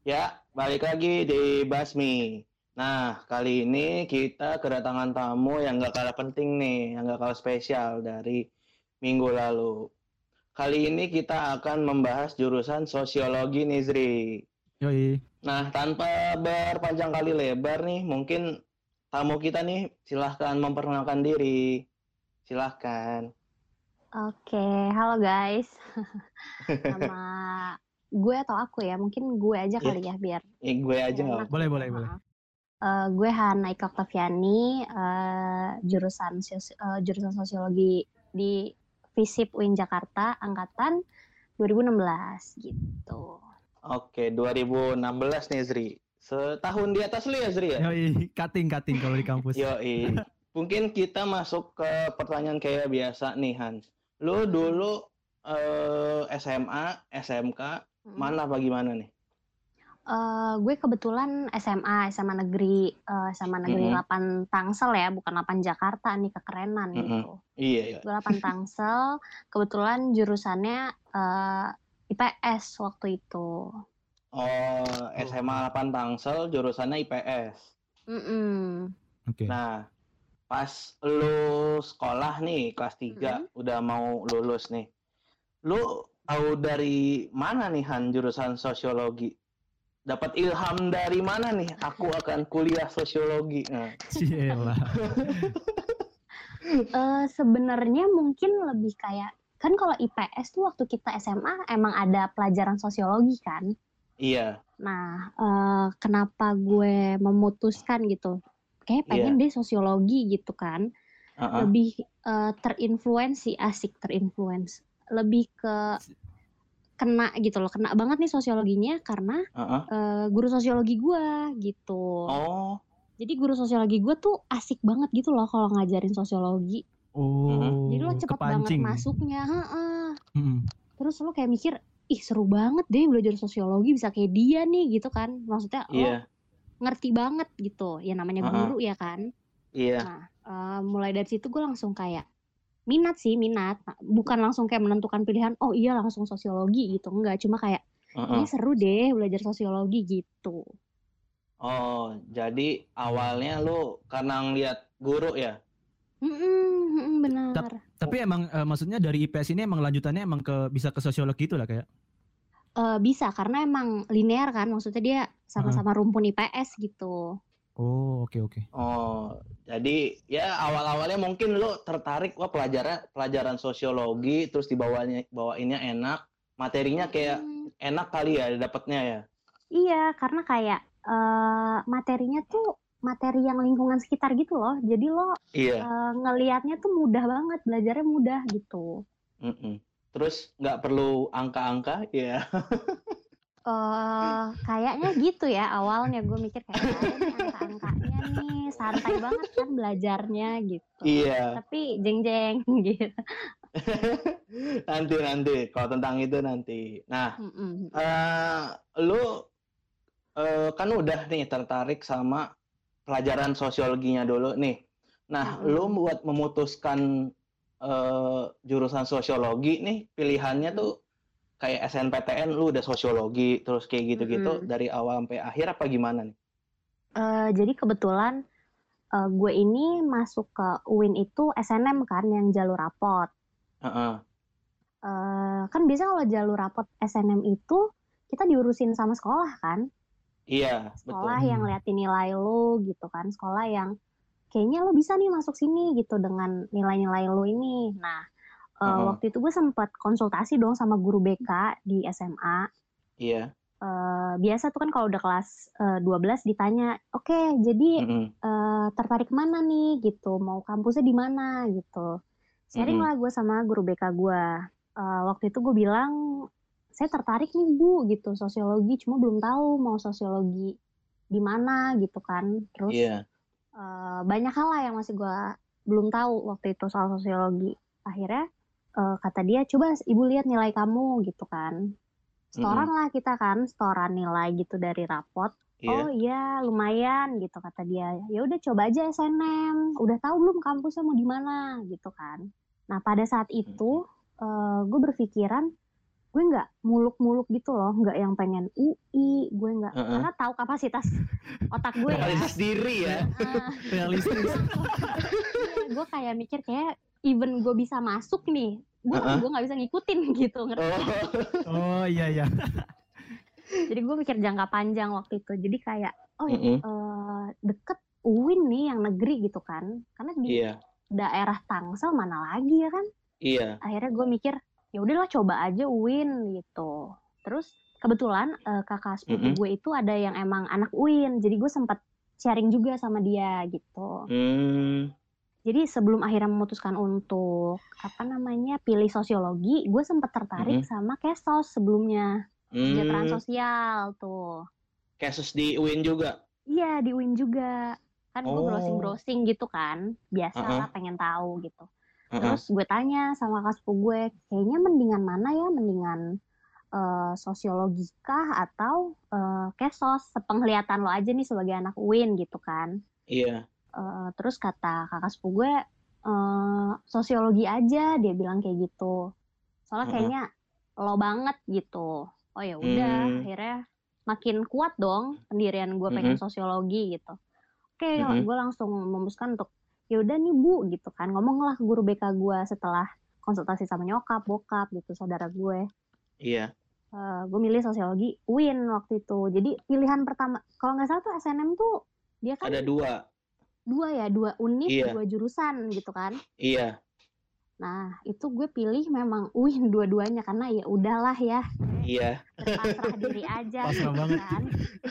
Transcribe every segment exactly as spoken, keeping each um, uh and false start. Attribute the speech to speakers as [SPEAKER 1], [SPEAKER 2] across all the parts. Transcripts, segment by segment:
[SPEAKER 1] Ya, balik lagi di Basmi. Nah, kali ini kita kedatangan tamu yang gak kalah penting nih, yang gak kalah spesial dari minggu lalu. Kali ini kita akan membahas jurusan sosiologi nih, Zri.
[SPEAKER 2] Yoi.
[SPEAKER 1] Nah, tanpa berpanjang kali lebar nih, mungkin tamu kita nih silahkan memperkenalkan diri. Silahkan.
[SPEAKER 3] Oke, halo guys. Nama gue atau aku ya, mungkin gue aja
[SPEAKER 1] Iya.
[SPEAKER 3] kali ya biar
[SPEAKER 1] Eh, gue aja
[SPEAKER 3] biar
[SPEAKER 1] nggak
[SPEAKER 3] enak
[SPEAKER 1] apa.
[SPEAKER 2] Boleh,
[SPEAKER 3] gitu.
[SPEAKER 2] boleh, boleh.
[SPEAKER 3] Maaf. Eh, gue Hana Ika Oktaviani, eh, jurusan sos- eh, jurusan sosiologi di FISIP U I N Jakarta, angkatan dua ribu enam belas gitu.
[SPEAKER 1] Oke, dua ribu enam belas nih, Zri. Setahun di atas lu ya, Zri ya?
[SPEAKER 2] Yoi, cutting-cutting kalau di kampus.
[SPEAKER 1] Yoi. Mungkin kita masuk ke pertanyaan kayak biasa nih, Han. Lu dulu eh, S M A, S M K,
[SPEAKER 3] Mm.
[SPEAKER 1] mana apa gimana nih?
[SPEAKER 3] Eh, gue kebetulan S M A, S M A negeri, eh, S M A negeri
[SPEAKER 1] Mm-mm.
[SPEAKER 3] delapan Tangsel ya, bukan delapan Jakarta nih, kekerenan
[SPEAKER 1] Mm-mm.
[SPEAKER 3] gitu.
[SPEAKER 1] Iya, iya.
[SPEAKER 3] Gue delapan Tangsel, kebetulan jurusannya eh, I P S waktu itu.
[SPEAKER 1] Oh, S M A delapan Tangsel, jurusannya I P S.
[SPEAKER 3] Mm-mm.
[SPEAKER 2] Oke.
[SPEAKER 1] Nah, pas lu sekolah nih, kelas tiga,
[SPEAKER 3] Mm-mm.
[SPEAKER 1] udah mau lulus nih. Lu tahu dari mana nih, Han, jurusan sosiologi? Dapat ilham dari mana nih? Aku akan kuliah sosiologi. Nah.
[SPEAKER 2] Cielah.
[SPEAKER 3] Eh, sebenarnya mungkin lebih kayak, kan kalau I P S tuh waktu kita S M A emang ada pelajaran sosiologi kan.
[SPEAKER 1] Iya.
[SPEAKER 3] Nah, eh, kenapa gue memutuskan gitu? Kayak pengen
[SPEAKER 1] Iya.
[SPEAKER 3] deh sosiologi gitu kan.
[SPEAKER 1] Uh-uh.
[SPEAKER 3] Lebih eh, terinfluence sih, asik terinfluence. Lebih ke kena gitu loh, kena banget nih sosiologinya karena
[SPEAKER 1] Uh-uh.
[SPEAKER 3] eh, guru sosiologi gue gitu.
[SPEAKER 1] Oh.
[SPEAKER 3] Jadi guru sosiologi gue tuh asik banget gitu loh kalau ngajarin sosiologi.
[SPEAKER 2] Oh,
[SPEAKER 3] Jadi lo cepet banget
[SPEAKER 2] kepancing.
[SPEAKER 3] masuknya. Heeh.
[SPEAKER 2] Hmm.
[SPEAKER 3] Terus lo kayak mikir, ih seru banget deh belajar sosiologi, bisa kayak dia nih gitu kan. Maksudnya lo
[SPEAKER 1] Iya.
[SPEAKER 3] ngerti banget gitu. Ya namanya
[SPEAKER 1] Uh-uh.
[SPEAKER 3] guru ya kan.
[SPEAKER 1] Iya.
[SPEAKER 3] Nah, eh, mulai dari situ gue langsung kayak minat sih, minat. Bukan langsung kayak menentukan pilihan, oh iya langsung sosiologi gitu. Enggak, cuma kayak
[SPEAKER 1] Uh-uh.
[SPEAKER 3] ini seru deh belajar sosiologi gitu.
[SPEAKER 1] Oh, jadi awalnya lu karena ngeliat guru ya?
[SPEAKER 3] Mm-mm, mm-mm, benar.
[SPEAKER 2] Tap- tapi emang eh, maksudnya dari I P S ini emang lanjutannya emang ke bisa ke sosiologi itu lah kayak.
[SPEAKER 3] Eh, bisa karena emang linear kan, maksudnya dia sama-sama rumpun I P S gitu.
[SPEAKER 2] Oh, oke oke.
[SPEAKER 1] Oh, jadi ya awal-awalnya mungkin lu tertarik wah pelajaran pelajaran sosiologi terus dibawanya bawainnya enak, materinya kayak
[SPEAKER 3] Mm-mm.
[SPEAKER 1] enak kali ya dapatnya ya.
[SPEAKER 3] Iya, karena kayak eh, materinya tuh materi yang lingkungan sekitar gitu loh. Jadi lo
[SPEAKER 1] Iya.
[SPEAKER 3] eh, ngelihatnya tuh mudah banget, belajarnya mudah gitu.
[SPEAKER 1] Mm-mm. Terus nggak perlu angka-angka ya?
[SPEAKER 3] Eh kayaknya gitu ya awalnya gue mikir kayak "Gak ada nih angka-angkanya nih, santai banget kan belajarnya gitu.
[SPEAKER 1] Iya.
[SPEAKER 3] Tapi jeng-jeng gitu.
[SPEAKER 1] nanti nanti kalau tentang itu nanti. Nah,
[SPEAKER 3] Mm-mm.
[SPEAKER 1] eh, lu eh, kan udah nih tertarik sama pelajaran sosiologinya dulu nih. Nah,
[SPEAKER 3] Mm-mm.
[SPEAKER 1] lu buat memutuskan eh, jurusan sosiologi nih pilihannya
[SPEAKER 3] Mm-mm.
[SPEAKER 1] tuh kayak S N P T N lu udah sosiologi terus kayak gitu-gitu
[SPEAKER 3] Mm-mm.
[SPEAKER 1] dari awal sampai akhir apa gimana nih?
[SPEAKER 3] Eh, jadi kebetulan eh, gue ini masuk ke U I N itu S N M kan yang jalur rapot.
[SPEAKER 1] Heeh.
[SPEAKER 3] Eh, kan biasa kalau jalur rapot S N M itu kita diurusin sama sekolah kan.
[SPEAKER 1] Iya,
[SPEAKER 3] Sekolah
[SPEAKER 1] betul.
[SPEAKER 3] yang liatin nilai lo gitu kan. Sekolah yang kayaknya lo bisa nih masuk sini gitu dengan nilai-nilai lo ini. Nah, uh,
[SPEAKER 1] Heeh.
[SPEAKER 3] waktu itu gue sempat konsultasi dong sama guru B K di S M A.
[SPEAKER 1] Iya.
[SPEAKER 3] Uh, biasa tuh kan kalau udah kelas uh, dua belas ditanya, oke okay, jadi
[SPEAKER 1] Mm-mm.
[SPEAKER 3] uh, tertarik mana nih gitu, mau kampusnya di mana gitu. Sharing
[SPEAKER 1] Mm-mm.
[SPEAKER 3] lah gue sama guru B K gue. Uh, waktu itu gue bilang, saya tertarik nih Bu gitu, sosiologi, cuma belum tahu mau sosiologi di mana gitu kan. Terus
[SPEAKER 1] Iya.
[SPEAKER 3] Uh, banyak hal lah yang masih gue belum tahu waktu itu soal sosiologi. Akhirnya uh, kata dia, coba ibu lihat nilai kamu gitu kan. Setoran
[SPEAKER 1] Mm-mm.
[SPEAKER 3] lah kita kan, setoran nilai gitu dari rapot.
[SPEAKER 1] Iya.
[SPEAKER 3] Oh iya lumayan gitu kata dia. Ya udah coba aja S N M. Udah tahu belum kampusnya mau di mana gitu kan. Nah pada saat itu uh, gue berpikiran gue nggak muluk-muluk gitu loh, nggak yang pengen U I, gue nggak,
[SPEAKER 1] Heeh.
[SPEAKER 3] karena tahu kapasitas otak gue ya.
[SPEAKER 1] Kapasitas diri ya.
[SPEAKER 3] Heeh.
[SPEAKER 2] Realistis.
[SPEAKER 3] Iya, gue kayak mikir kayak even gue bisa masuk nih, gue
[SPEAKER 1] Heeh.
[SPEAKER 3] gue nggak bisa ngikutin gitu, ngerti?
[SPEAKER 1] Oh.
[SPEAKER 2] Oh iya iya.
[SPEAKER 3] Jadi gue mikir jangka panjang waktu itu. Jadi kayak oh
[SPEAKER 1] Mm-mm.
[SPEAKER 3] eh, deket U I N nih yang negeri gitu kan, karena di
[SPEAKER 1] Iya,
[SPEAKER 3] daerah Tangsel mana lagi ya kan.
[SPEAKER 1] iya.
[SPEAKER 3] Akhirnya gue mikir ya udahlah coba aja U I N gitu. Terus kebetulan eh, kakak sepupu
[SPEAKER 1] Mm-mm.
[SPEAKER 3] gue itu ada yang emang anak U I N, jadi gue sempat sharing juga sama dia gitu.
[SPEAKER 1] Hmm.
[SPEAKER 3] Jadi sebelum akhirnya memutuskan untuk apa namanya pilih sosiologi, gue sempat tertarik
[SPEAKER 1] Mm-mm.
[SPEAKER 3] sama Kesos sebelumnya, kesejahteraan
[SPEAKER 1] Hmm.
[SPEAKER 3] sosial tuh.
[SPEAKER 1] Kasus di U I N juga.
[SPEAKER 3] Iya di U I N juga. Kan gue
[SPEAKER 1] Oh.
[SPEAKER 3] browsing-browsing gitu kan, biasalah
[SPEAKER 1] Uh-uh.
[SPEAKER 3] pengen tahu gitu.
[SPEAKER 1] Uh-uh.
[SPEAKER 3] Terus gue tanya sama kakak sepupu gue, kayaknya mendingan mana ya, mendingan uh, sosiologi kah atau uh, Kesos, sepenglihatan lo aja nih sebagai anak U I N gitu kan.
[SPEAKER 1] Iya.
[SPEAKER 3] Uh, terus kata kakak sepupu gue, uh, sosiologi aja, dia bilang kayak gitu. Soalnya
[SPEAKER 1] Uh-uh.
[SPEAKER 3] kayaknya lo banget gitu. Oh ya udah,
[SPEAKER 1] Hmm.
[SPEAKER 3] akhirnya makin kuat dong pendirian gue pengen
[SPEAKER 1] Mm-mm.
[SPEAKER 3] sosiologi gitu. Oke,
[SPEAKER 1] Mm-mm.
[SPEAKER 3] gue langsung memutuskan untuk ya udah nih Bu gitu kan, ngomonglah ke guru B K gue setelah konsultasi sama nyokap, bokap gitu, saudara gue.
[SPEAKER 1] Iya.
[SPEAKER 3] Uh, gue milih sosiologi U I N waktu itu. Jadi pilihan pertama, kalau nggak salah tuh S N M tuh dia kan
[SPEAKER 1] Ada dua.
[SPEAKER 3] dua ya, dua univ,
[SPEAKER 1] Iya.
[SPEAKER 3] dua jurusan gitu kan.
[SPEAKER 1] Iya.
[SPEAKER 3] Nah itu gue pilih memang U I N dua-duanya karena ya udahlah ya,
[SPEAKER 1] Iya.
[SPEAKER 3] berpasrah diri aja
[SPEAKER 2] Pasrah
[SPEAKER 3] gitu
[SPEAKER 2] banget.
[SPEAKER 3] kan.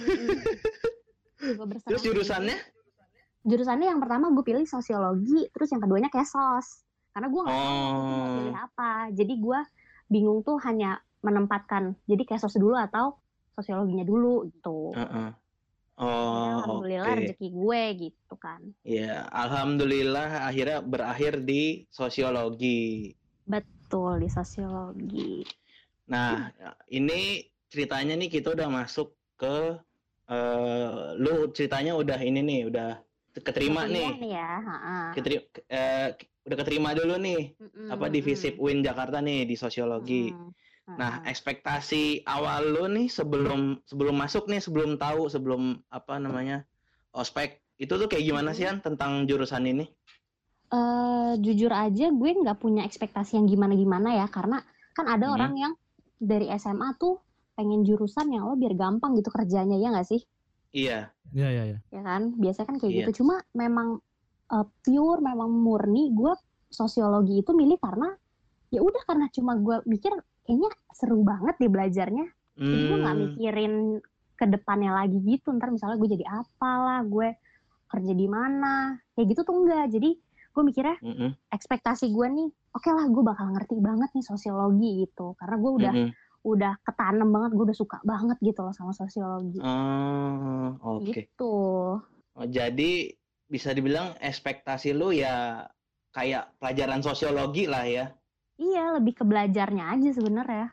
[SPEAKER 3] Gue berserah
[SPEAKER 1] Terus
[SPEAKER 3] diri.
[SPEAKER 1] jurusannya?
[SPEAKER 3] Jurusannya yang pertama gue pilih sosiologi, terus yang keduanya Kesos. Karena gue nggak tahu waktu itu mau
[SPEAKER 1] Oh.
[SPEAKER 3] pilih apa. Jadi gue bingung tuh hanya menempatkan, jadi Kesos dulu atau sosiologinya dulu gitu.
[SPEAKER 1] Uh-uh.
[SPEAKER 3] Akhirnya
[SPEAKER 1] Oh,
[SPEAKER 3] alhamdulillah
[SPEAKER 1] oke.
[SPEAKER 3] rezeki gue gitu kan.
[SPEAKER 1] Ya, alhamdulillah akhirnya berakhir di sosiologi.
[SPEAKER 3] Betul, di sosiologi.
[SPEAKER 1] Nah, ini ceritanya nih kita udah masuk ke eh lu ceritanya udah ini nih, udah keterima
[SPEAKER 3] Udah kuliah
[SPEAKER 1] nih.
[SPEAKER 3] nih ya. Ha-ha.
[SPEAKER 1] Keteri- eh, udah keterima dulu nih
[SPEAKER 3] Mm-mm,
[SPEAKER 1] apa di
[SPEAKER 3] mm-mm,
[SPEAKER 1] FISIP U I N Jakarta nih di sosiologi.
[SPEAKER 3] mm-mm,
[SPEAKER 1] Nah,
[SPEAKER 3] mm-mm.
[SPEAKER 1] ekspektasi awal lu nih sebelum sebelum masuk nih, sebelum tahu, sebelum apa namanya ospek itu tuh kayak gimana sih
[SPEAKER 3] Mm-mm.
[SPEAKER 1] Han tentang jurusan ini?
[SPEAKER 3] Eh, jujur aja gue nggak punya ekspektasi yang gimana-gimana ya, karena kan ada
[SPEAKER 1] Mhm.
[SPEAKER 3] orang yang dari S M A tuh pengen jurusan yang lo biar gampang gitu kerjanya, ya nggak sih?
[SPEAKER 1] Iya,
[SPEAKER 2] Iya iya iya.
[SPEAKER 3] Ya kan, biasanya kan kayak
[SPEAKER 1] Iya.
[SPEAKER 3] gitu. Cuma memang eh, pure, memang murni gue sosiologi itu milih karena ya udah, karena cuma gue mikir kayaknya seru banget deh belajarnya. Jadi gue nggak
[SPEAKER 1] Hmm,
[SPEAKER 3] mikirin ke depannya lagi gitu. Ntar misalnya gue jadi apalah, gue kerja di mana, kayak gitu tuh enggak. Jadi gue mikirnya
[SPEAKER 1] mhm,
[SPEAKER 3] ekspektasi gue nih, oke lah gue bakal ngerti banget nih sosiologi gitu, karena gue udah
[SPEAKER 1] mhm.
[SPEAKER 3] udah ketanem banget, gue udah suka banget gitu loh sama sosiologi
[SPEAKER 1] Oh, oke.
[SPEAKER 3] gitu.
[SPEAKER 1] Oh, jadi bisa dibilang ekspektasi lu ya kayak pelajaran sosiologi lah ya.
[SPEAKER 3] Iya, lebih ke belajarnya aja sebenarnya.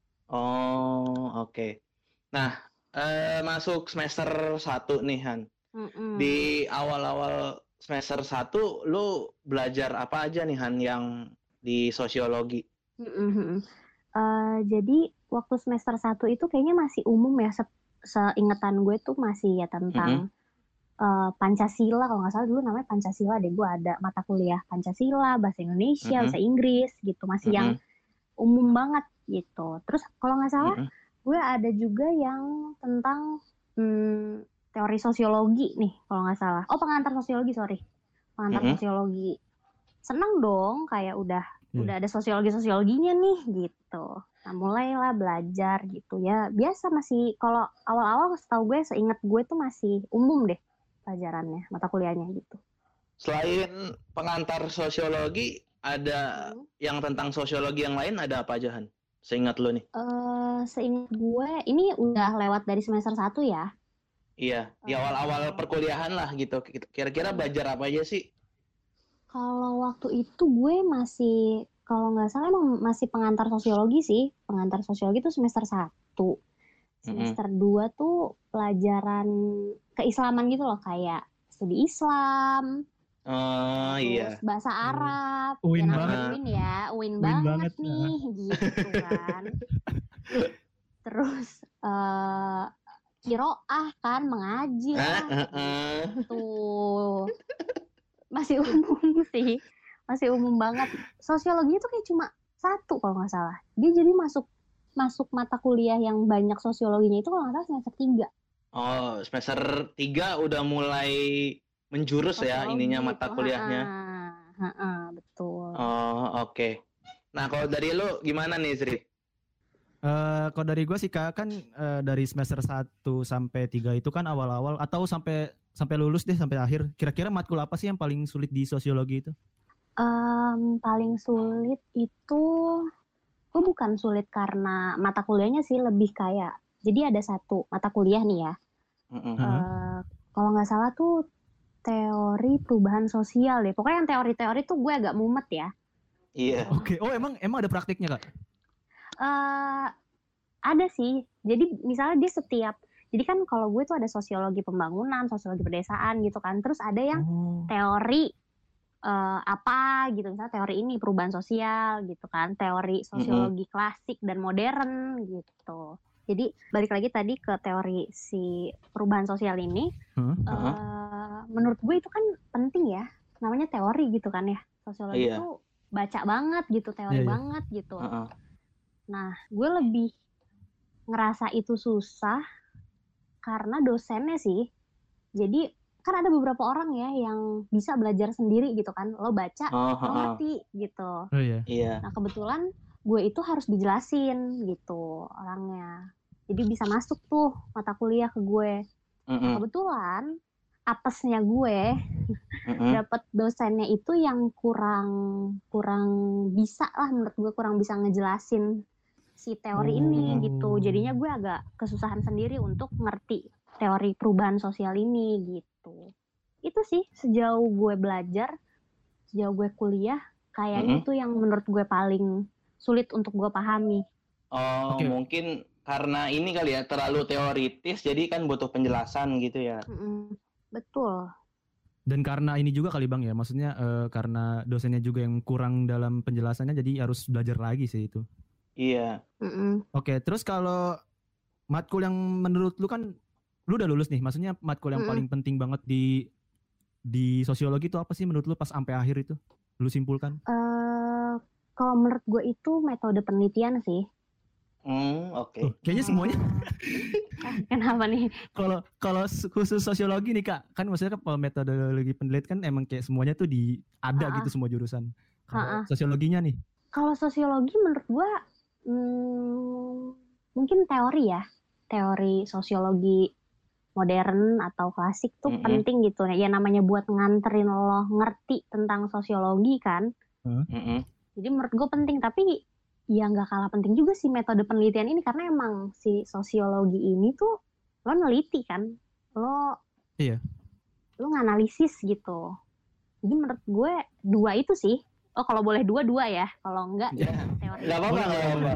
[SPEAKER 1] Oh, oke. Nah, eh, masuk semester satu nih Han.
[SPEAKER 3] Mm-mm.
[SPEAKER 1] Di awal-awal semester satu lu belajar apa aja nih Han yang di sosiologi?
[SPEAKER 3] Mm-mm. Eh, jadi waktu semester satu itu kayaknya masih umum ya, se- seingetan gue tuh masih ya tentang eh, Pancasila, kalau nggak salah dulu namanya Pancasila deh, gue ada mata kuliah Pancasila, bahasa Indonesia,
[SPEAKER 1] Mhm,
[SPEAKER 3] bahasa Inggris gitu, masih yang
[SPEAKER 1] mhm,
[SPEAKER 3] umum banget gitu. Terus kalau nggak salah
[SPEAKER 1] mhm.
[SPEAKER 3] gue ada juga yang tentang hmm, teori sosiologi nih kalau nggak salah. Oh, pengantar sosiologi, sorry. Pengantar
[SPEAKER 1] Mhm.
[SPEAKER 3] sosiologi. Seneng dong, kayak udah
[SPEAKER 2] Iya.
[SPEAKER 3] udah ada sosiologi-sosiologinya nih gitu. Nah, mulailah belajar gitu ya. Biasa masih, kalau awal-awal setahu gue, seingat gue tuh masih umum deh pelajarannya, mata kuliahnya gitu.
[SPEAKER 1] Selain pengantar sosiologi, ada
[SPEAKER 3] Hmm.
[SPEAKER 1] yang tentang sosiologi yang lain ada apa aja Han? Seingat lu nih.
[SPEAKER 3] Eh, seingat gue, ini udah lewat dari semester satu ya.
[SPEAKER 1] Iya, di
[SPEAKER 3] Eh,
[SPEAKER 1] awal-awal perkuliahan lah gitu. Kira-kira belajar apa aja sih?
[SPEAKER 3] Kalau waktu itu gue masih, kalau nggak salah emang masih pengantar sosiologi sih. Pengantar sosiologi tuh semester satu. Semester dua tuh pelajaran keislaman gitu loh, kayak studi Islam,
[SPEAKER 1] Oh iya.
[SPEAKER 3] Terus bahasa Arab,
[SPEAKER 2] Uin
[SPEAKER 3] ya
[SPEAKER 2] banget.
[SPEAKER 3] namanya Uin ya, Uin
[SPEAKER 2] Uin
[SPEAKER 3] banget,
[SPEAKER 2] banget,
[SPEAKER 3] nih, gitu kan. Terus eh Kiroah kan, mengaji
[SPEAKER 1] Ah,
[SPEAKER 3] lah,
[SPEAKER 1] ah, ah.
[SPEAKER 3] tuh masih umum sih, masih umum banget. Sosiologi itu kayak cuma satu kalau nggak salah. Dia jadi masuk masuk mata kuliah yang banyak sosiologinya itu kalau nggak salah semester tiga.
[SPEAKER 1] Oh, semester tiga udah mulai menjurus ya
[SPEAKER 3] Sosiologi
[SPEAKER 1] ininya
[SPEAKER 3] itu,
[SPEAKER 1] mata kuliahnya.
[SPEAKER 3] ha-ha, ha-ha, betul.
[SPEAKER 1] Oh, oke. Nah, kalau dari lu gimana nih, Sri?
[SPEAKER 2] Eh, kalau dari gue sih Kak, kan eh, dari semester satu sampai tiga itu kan awal-awal atau sampai sampai lulus deh sampai akhir. Kira-kira matkul apa sih yang paling sulit di sosiologi itu?
[SPEAKER 3] Em, paling sulit itu, gue bukan sulit karena mata kuliahnya sih, lebih kayak, jadi ada satu mata kuliah nih ya,
[SPEAKER 1] Mm-mm.
[SPEAKER 2] Hah?
[SPEAKER 3] eh, kalau nggak salah tuh teori perubahan sosial deh. Pokoknya yang teori-teori tuh gue agak mumet ya.
[SPEAKER 1] Iya.
[SPEAKER 2] Oke. Oh emang emang ada praktiknya Kak?
[SPEAKER 3] Eh ada sih. Jadi misalnya dia setiap, jadi kan kalau gue tuh ada sosiologi pembangunan, sosiologi pedesaan gitu kan. Terus ada yang
[SPEAKER 2] Oh.
[SPEAKER 3] teori eh, apa gitu, misalnya teori ini perubahan sosial gitu kan, teori sosiologi klasik dan modern gitu. Jadi balik lagi tadi ke teori si perubahan sosial ini,
[SPEAKER 2] Huh?
[SPEAKER 3] eh, menurut gue itu kan penting ya, namanya teori gitu kan ya. Sosiologi
[SPEAKER 1] Iya.
[SPEAKER 3] itu baca banget gitu, teori
[SPEAKER 2] Iya, iya.
[SPEAKER 3] banget gitu.
[SPEAKER 1] Heeh.
[SPEAKER 3] Nah, gue lebih ngerasa itu susah karena dosennya sih. Jadi kan ada beberapa orang ya yang bisa belajar sendiri gitu kan. Lo baca,
[SPEAKER 1] Oh,
[SPEAKER 3] lo
[SPEAKER 1] heeh.
[SPEAKER 3] ngerti gitu.
[SPEAKER 2] Oh iya.
[SPEAKER 1] Iya.
[SPEAKER 3] Nah, kebetulan gue itu harus dijelasin gitu orangnya. Jadi bisa masuk tuh mata kuliah ke gue. Nah,
[SPEAKER 1] Mm-mm.
[SPEAKER 3] kebetulan apesnya gue
[SPEAKER 1] Mm-mm.
[SPEAKER 3] dapet dosennya itu yang kurang kurang bisa lah, menurut gue kurang bisa ngejelasin si teori ini
[SPEAKER 2] Oh.
[SPEAKER 3] gitu. Jadinya gue agak kesusahan sendiri untuk ngerti teori perubahan sosial ini gitu. Itu sih sejauh gue belajar, sejauh gue kuliah, kayaknya
[SPEAKER 1] Mm-mm.
[SPEAKER 3] itu yang menurut gue paling sulit untuk gue pahami.
[SPEAKER 1] Oh,
[SPEAKER 2] Oke.
[SPEAKER 1] mungkin karena ini kali ya terlalu teoritis, jadi kan butuh penjelasan gitu ya.
[SPEAKER 3] Mm-mm. Betul.
[SPEAKER 2] Dan karena ini juga kali Bang ya, maksudnya eh, karena dosennya juga yang kurang dalam penjelasannya, jadi harus belajar lagi sih itu.
[SPEAKER 1] Iya.
[SPEAKER 3] Mm-mm.
[SPEAKER 2] Oke, terus kalau matkul yang menurut lu kan, lu udah lulus nih, maksudnya matkul yang
[SPEAKER 3] Mm-mm.
[SPEAKER 2] paling penting banget di di sosiologi itu apa sih menurut lu pas sampai akhir itu? Lu simpulkan?
[SPEAKER 3] Eh, kalau menurut gue itu metode penelitian sih.
[SPEAKER 1] Hmm, oke.
[SPEAKER 2] Tuh, kayaknya semuanya.
[SPEAKER 3] Ah, kenapa nih?
[SPEAKER 2] Kalau kalau su- khusus sosiologi nih Kak, kan maksudnya kan kalau metodologi penelitian kan emang kayak semuanya tuh di ada
[SPEAKER 3] Ha-ah.
[SPEAKER 2] gitu semua jurusan. Kalau
[SPEAKER 3] Ha-ah.
[SPEAKER 2] sosiologinya nih,
[SPEAKER 3] Kalau sosiologi menurut gue hmm, mungkin teori ya, teori sosiologi modern atau klasik tuh
[SPEAKER 1] Mm-mm.
[SPEAKER 3] penting gitu ya, namanya buat nganterin lo ngerti tentang sosiologi kan.
[SPEAKER 1] Mm-mm.
[SPEAKER 3] Jadi menurut gue penting, tapi ya nggak kalah penting juga sih metode penelitian ini, karena emang si sosiologi ini tuh lo neliti kan, lo
[SPEAKER 2] Iya.
[SPEAKER 3] lo nganalisis gitu. Jadi menurut gue dua itu sih. Oh, kalau boleh dua dua ya, kalau enggak
[SPEAKER 1] Ya.
[SPEAKER 3] ya teori.
[SPEAKER 1] Nggak apa-apa, nggak apa-apa.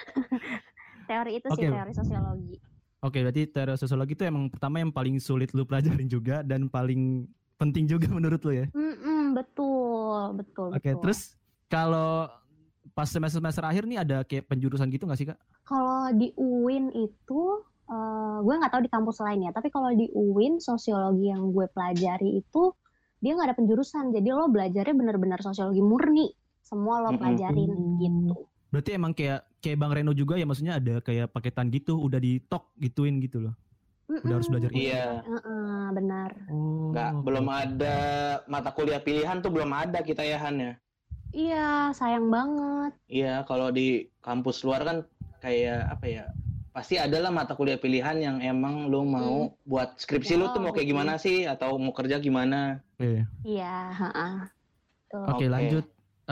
[SPEAKER 3] Teori itu sih,
[SPEAKER 2] Oke.
[SPEAKER 3] teori sosiologi.
[SPEAKER 2] Oke, berarti teori sosiologi itu emang pertama yang paling sulit lu pelajarin juga dan paling penting juga menurut lu ya.
[SPEAKER 3] Mm-mm, betul, betul,
[SPEAKER 2] Oke,
[SPEAKER 3] betul.
[SPEAKER 2] terus kalau pas semester-semester akhir nih ada kayak penjurusan gitu nggak sih Kak?
[SPEAKER 3] Kalau di U I N itu, eh, gue nggak tahu di kampus lain ya, tapi kalau di U I N sosiologi yang gue pelajari itu dia nggak ada penjurusan, jadi lo belajarnya benar-benar sosiologi murni, semua lo
[SPEAKER 1] Mm-mm.
[SPEAKER 3] pelajarin gitu.
[SPEAKER 2] Berarti emang kayak kayak Bang Reno juga ya, maksudnya ada kayak paketan gitu, udah di tok gituin gitu loh. Udah harus belajar itu.
[SPEAKER 1] Iya.
[SPEAKER 3] Heeh, benar.
[SPEAKER 2] Oh.
[SPEAKER 1] Nggak,
[SPEAKER 2] oke,
[SPEAKER 1] belum
[SPEAKER 2] oke.
[SPEAKER 1] ada mata kuliah pilihan tuh belum ada kita ya Han ya.
[SPEAKER 3] Iya, sayang banget.
[SPEAKER 1] Iya, kalau di kampus luar kan kayak apa ya? Pasti adalah mata kuliah pilihan yang emang lu mau buat skripsi lu tuh mau kayak gimana sih atau mau kerja gimana.
[SPEAKER 2] Oke.
[SPEAKER 3] Iya, heeh. Tuh.
[SPEAKER 2] Oke,
[SPEAKER 1] Oke.
[SPEAKER 2] lanjut.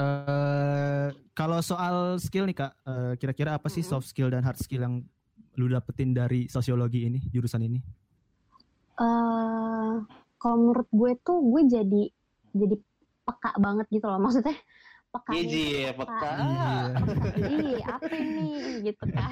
[SPEAKER 2] Eh kalau soal skill nih Kak, eh, kira-kira apa sih
[SPEAKER 3] Mm-mm.
[SPEAKER 2] soft skill dan hard skill yang lu dapetin dari sosiologi ini, jurusan ini?
[SPEAKER 3] Eh, kalau menurut gue tuh gue jadi jadi peka banget gitu loh, maksudnya pekanya
[SPEAKER 1] Iya,
[SPEAKER 3] itu
[SPEAKER 1] Ji,
[SPEAKER 3] peka.
[SPEAKER 1] peka.
[SPEAKER 2] Iya.
[SPEAKER 3] Ih, apa ini gitu kan.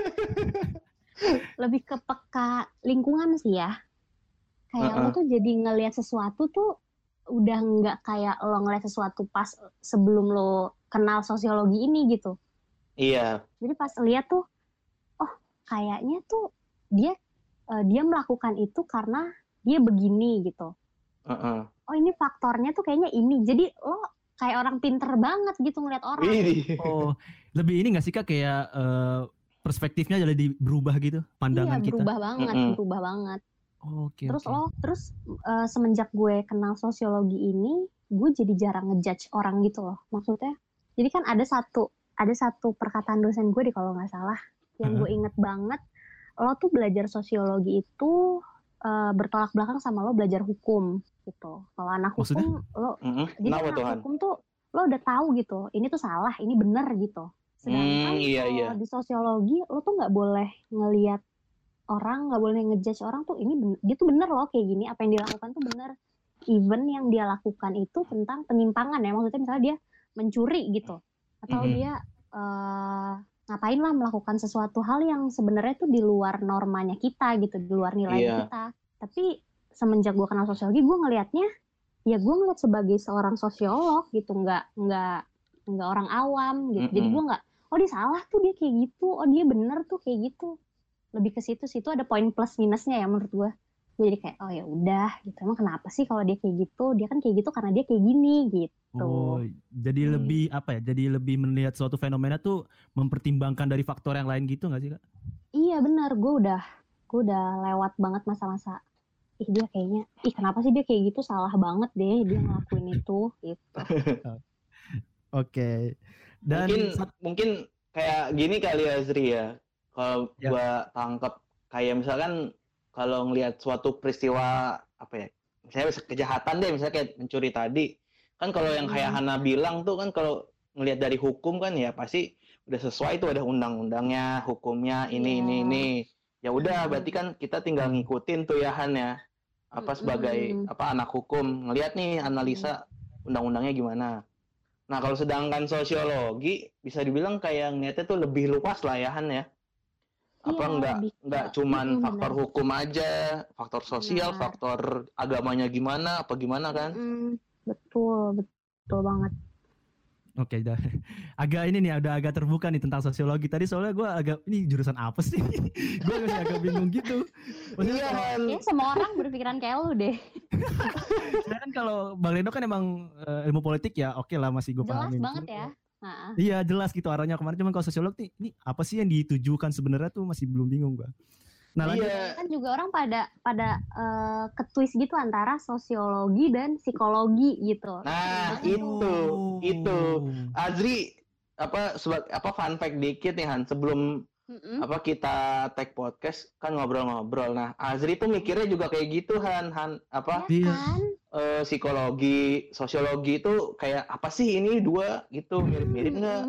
[SPEAKER 3] Lebih ke peka lingkungan sih ya. Kayak lo
[SPEAKER 1] Uh-uh.
[SPEAKER 3] tuh jadi ngelihat sesuatu tuh udah nggak kayak lo ngeliat sesuatu pas sebelum lo kenal sosiologi ini gitu.
[SPEAKER 1] Iya.
[SPEAKER 3] Jadi pas lihat tuh, oh kayaknya tuh dia uh, dia melakukan itu karena dia begini gitu.
[SPEAKER 1] Uh-uh.
[SPEAKER 3] Oh ini faktornya tuh kayaknya ini. Jadi lo kayak orang pinter banget gitu ngeliat orang.
[SPEAKER 2] Oh lebih ini nggak sih Kak kayak uh, perspektifnya jadi berubah gitu pandangan
[SPEAKER 3] iya,
[SPEAKER 2] kita.
[SPEAKER 3] berubah banget,
[SPEAKER 1] Mm-mm.
[SPEAKER 3] berubah banget.
[SPEAKER 2] Oh, oke.
[SPEAKER 3] Terus
[SPEAKER 2] oke.
[SPEAKER 3] lo, terus uh, semenjak gue kenal sosiologi ini, gue jadi jarang ngejudge orang gitu loh. Maksudnya, jadi kan ada satu, ada satu perkataan dosen gue deh kalau nggak salah, yang
[SPEAKER 2] Uh-huh.
[SPEAKER 3] gue inget banget, lo tuh belajar sosiologi itu uh, bertolak belakang sama lo belajar hukum gitu. Kalau anak
[SPEAKER 2] Maksudnya?
[SPEAKER 3] hukum, lo,
[SPEAKER 1] Mm-mm.
[SPEAKER 3] jadi
[SPEAKER 1] Kenapa
[SPEAKER 3] anak
[SPEAKER 1] Tuhan?
[SPEAKER 3] hukum tuh lo udah tahu gitu, ini tuh salah, ini benar gitu. Sedangkan
[SPEAKER 1] Hmm, iya,
[SPEAKER 3] kalau
[SPEAKER 1] iya.
[SPEAKER 3] di sosiologi, lo tuh nggak boleh ngelihat orang, nggak boleh ngejudge orang tuh ini bener, dia tuh bener loh kayak gini, apa yang dilakukan tuh bener. Even yang dia lakukan itu tentang penyimpangan ya, maksudnya misalnya dia mencuri gitu, atau
[SPEAKER 2] Mhm.
[SPEAKER 3] dia uh, ngapain lah melakukan sesuatu hal yang sebenarnya tuh di luar normanya kita gitu, di luar nilai
[SPEAKER 1] Iya.
[SPEAKER 3] kita. Tapi semenjak gue kenal sosiologi, gue ngelihatnya ya gue ngeliat sebagai seorang sosiolog gitu, nggak nggak nggak orang awam gitu. Jadi
[SPEAKER 1] Mm-mm.
[SPEAKER 3] gue nggak, oh dia salah tuh dia kayak gitu, oh dia bener tuh kayak gitu. Lebih ke situ situ ada poin plus minusnya ya menurut gue. Gue jadi kayak oh ya udah gitu. Emang kenapa sih kalau dia kayak gitu? Dia kan kayak gitu karena dia kayak gini gitu.
[SPEAKER 2] Oh, jadi
[SPEAKER 1] Hmm.
[SPEAKER 2] lebih apa ya? Jadi lebih melihat suatu fenomena tuh mempertimbangkan dari faktor yang lain gitu nggak sih Kak?
[SPEAKER 3] Iya benar, gue udah gue udah lewat banget masa-masa ih dia kayaknya ih kenapa sih dia kayak gitu, salah banget deh dia ngelakuin itu gitu.
[SPEAKER 2] Oke. Dan
[SPEAKER 1] Mungkin
[SPEAKER 2] sat-
[SPEAKER 1] mungkin kayak gini kali ya Zri ya. Kalau
[SPEAKER 2] Ya.
[SPEAKER 1] gua tangkap kayak misalkan kalau ngelihat suatu peristiwa apa ya? Misalnya kejahatan deh, misalnya kayak mencuri tadi. Kan kalau yang kayak
[SPEAKER 3] Hmm.
[SPEAKER 1] Hana bilang tuh kan kalau ngelihat dari hukum kan ya pasti udah sesuai tuh, ada undang-undangnya, hukumnya ini
[SPEAKER 3] Iya.
[SPEAKER 1] ini ini. Ya udah
[SPEAKER 3] Hmm.
[SPEAKER 1] berarti kan kita tinggal ngikutin tuh ya Han ya. Apa sebagai
[SPEAKER 3] Mm-mm.
[SPEAKER 1] apa anak hukum ngelihat nih analisa undang-undangnya gimana. Nah, kalau sedangkan sosiologi bisa dibilang kayak ngeliatnya tuh lebih luas lah ya Han ya. Apa
[SPEAKER 3] Iya,
[SPEAKER 1] enggak
[SPEAKER 3] lebih ke-
[SPEAKER 1] enggak cuman
[SPEAKER 3] Mm-mm,
[SPEAKER 1] faktor
[SPEAKER 3] benar.
[SPEAKER 1] hukum aja, faktor sosial,
[SPEAKER 3] Benar.
[SPEAKER 1] faktor agamanya gimana, apa gimana kan?
[SPEAKER 3] Mm-mm. Betul, betul banget.
[SPEAKER 2] Oke, dah. Agak ini nih, udah agak terbuka nih tentang sosiologi. Tadi soalnya gue agak, ini jurusan apa sih? Gue masih agak bingung gitu. Maksudnya
[SPEAKER 1] Iya
[SPEAKER 2] kalau,
[SPEAKER 1] Han.
[SPEAKER 3] Kayaknya semua orang berpikiran kayak lu deh.
[SPEAKER 2] saya kan kalau Bang Reno kan emang eh, ilmu politik ya, oke lah masih gue
[SPEAKER 3] Jelas
[SPEAKER 2] pahamin.
[SPEAKER 3] banget
[SPEAKER 2] Cuma
[SPEAKER 3] ya.
[SPEAKER 2] kalau-
[SPEAKER 3] Nah,
[SPEAKER 2] Iya jelas gitu arahnya kemarin. Cuman kalau sosiolog nih, ini apa sih yang ditujukan sebenarnya tuh masih belum bingung gue. Nah lanjut.
[SPEAKER 1] Iya.
[SPEAKER 3] kan juga orang pada pada uh, ketwist gitu antara sosiologi dan psikologi gitu.
[SPEAKER 1] Nah,
[SPEAKER 3] Sebenarnya
[SPEAKER 1] itu
[SPEAKER 2] Oh.
[SPEAKER 1] itu Azri apa sebab apa fun fact dikit nih Han, sebelum
[SPEAKER 3] Mm-mm.
[SPEAKER 1] apa kita tag podcast kan ngobrol-ngobrol. Nah, Azri tuh mikirnya juga kayak gitu Han, Han apa
[SPEAKER 3] Ya
[SPEAKER 2] Iya.
[SPEAKER 3] kan?
[SPEAKER 1] eh, psikologi, sosiologi itu kayak apa sih ini dua gitu, mirip-mirip nggak?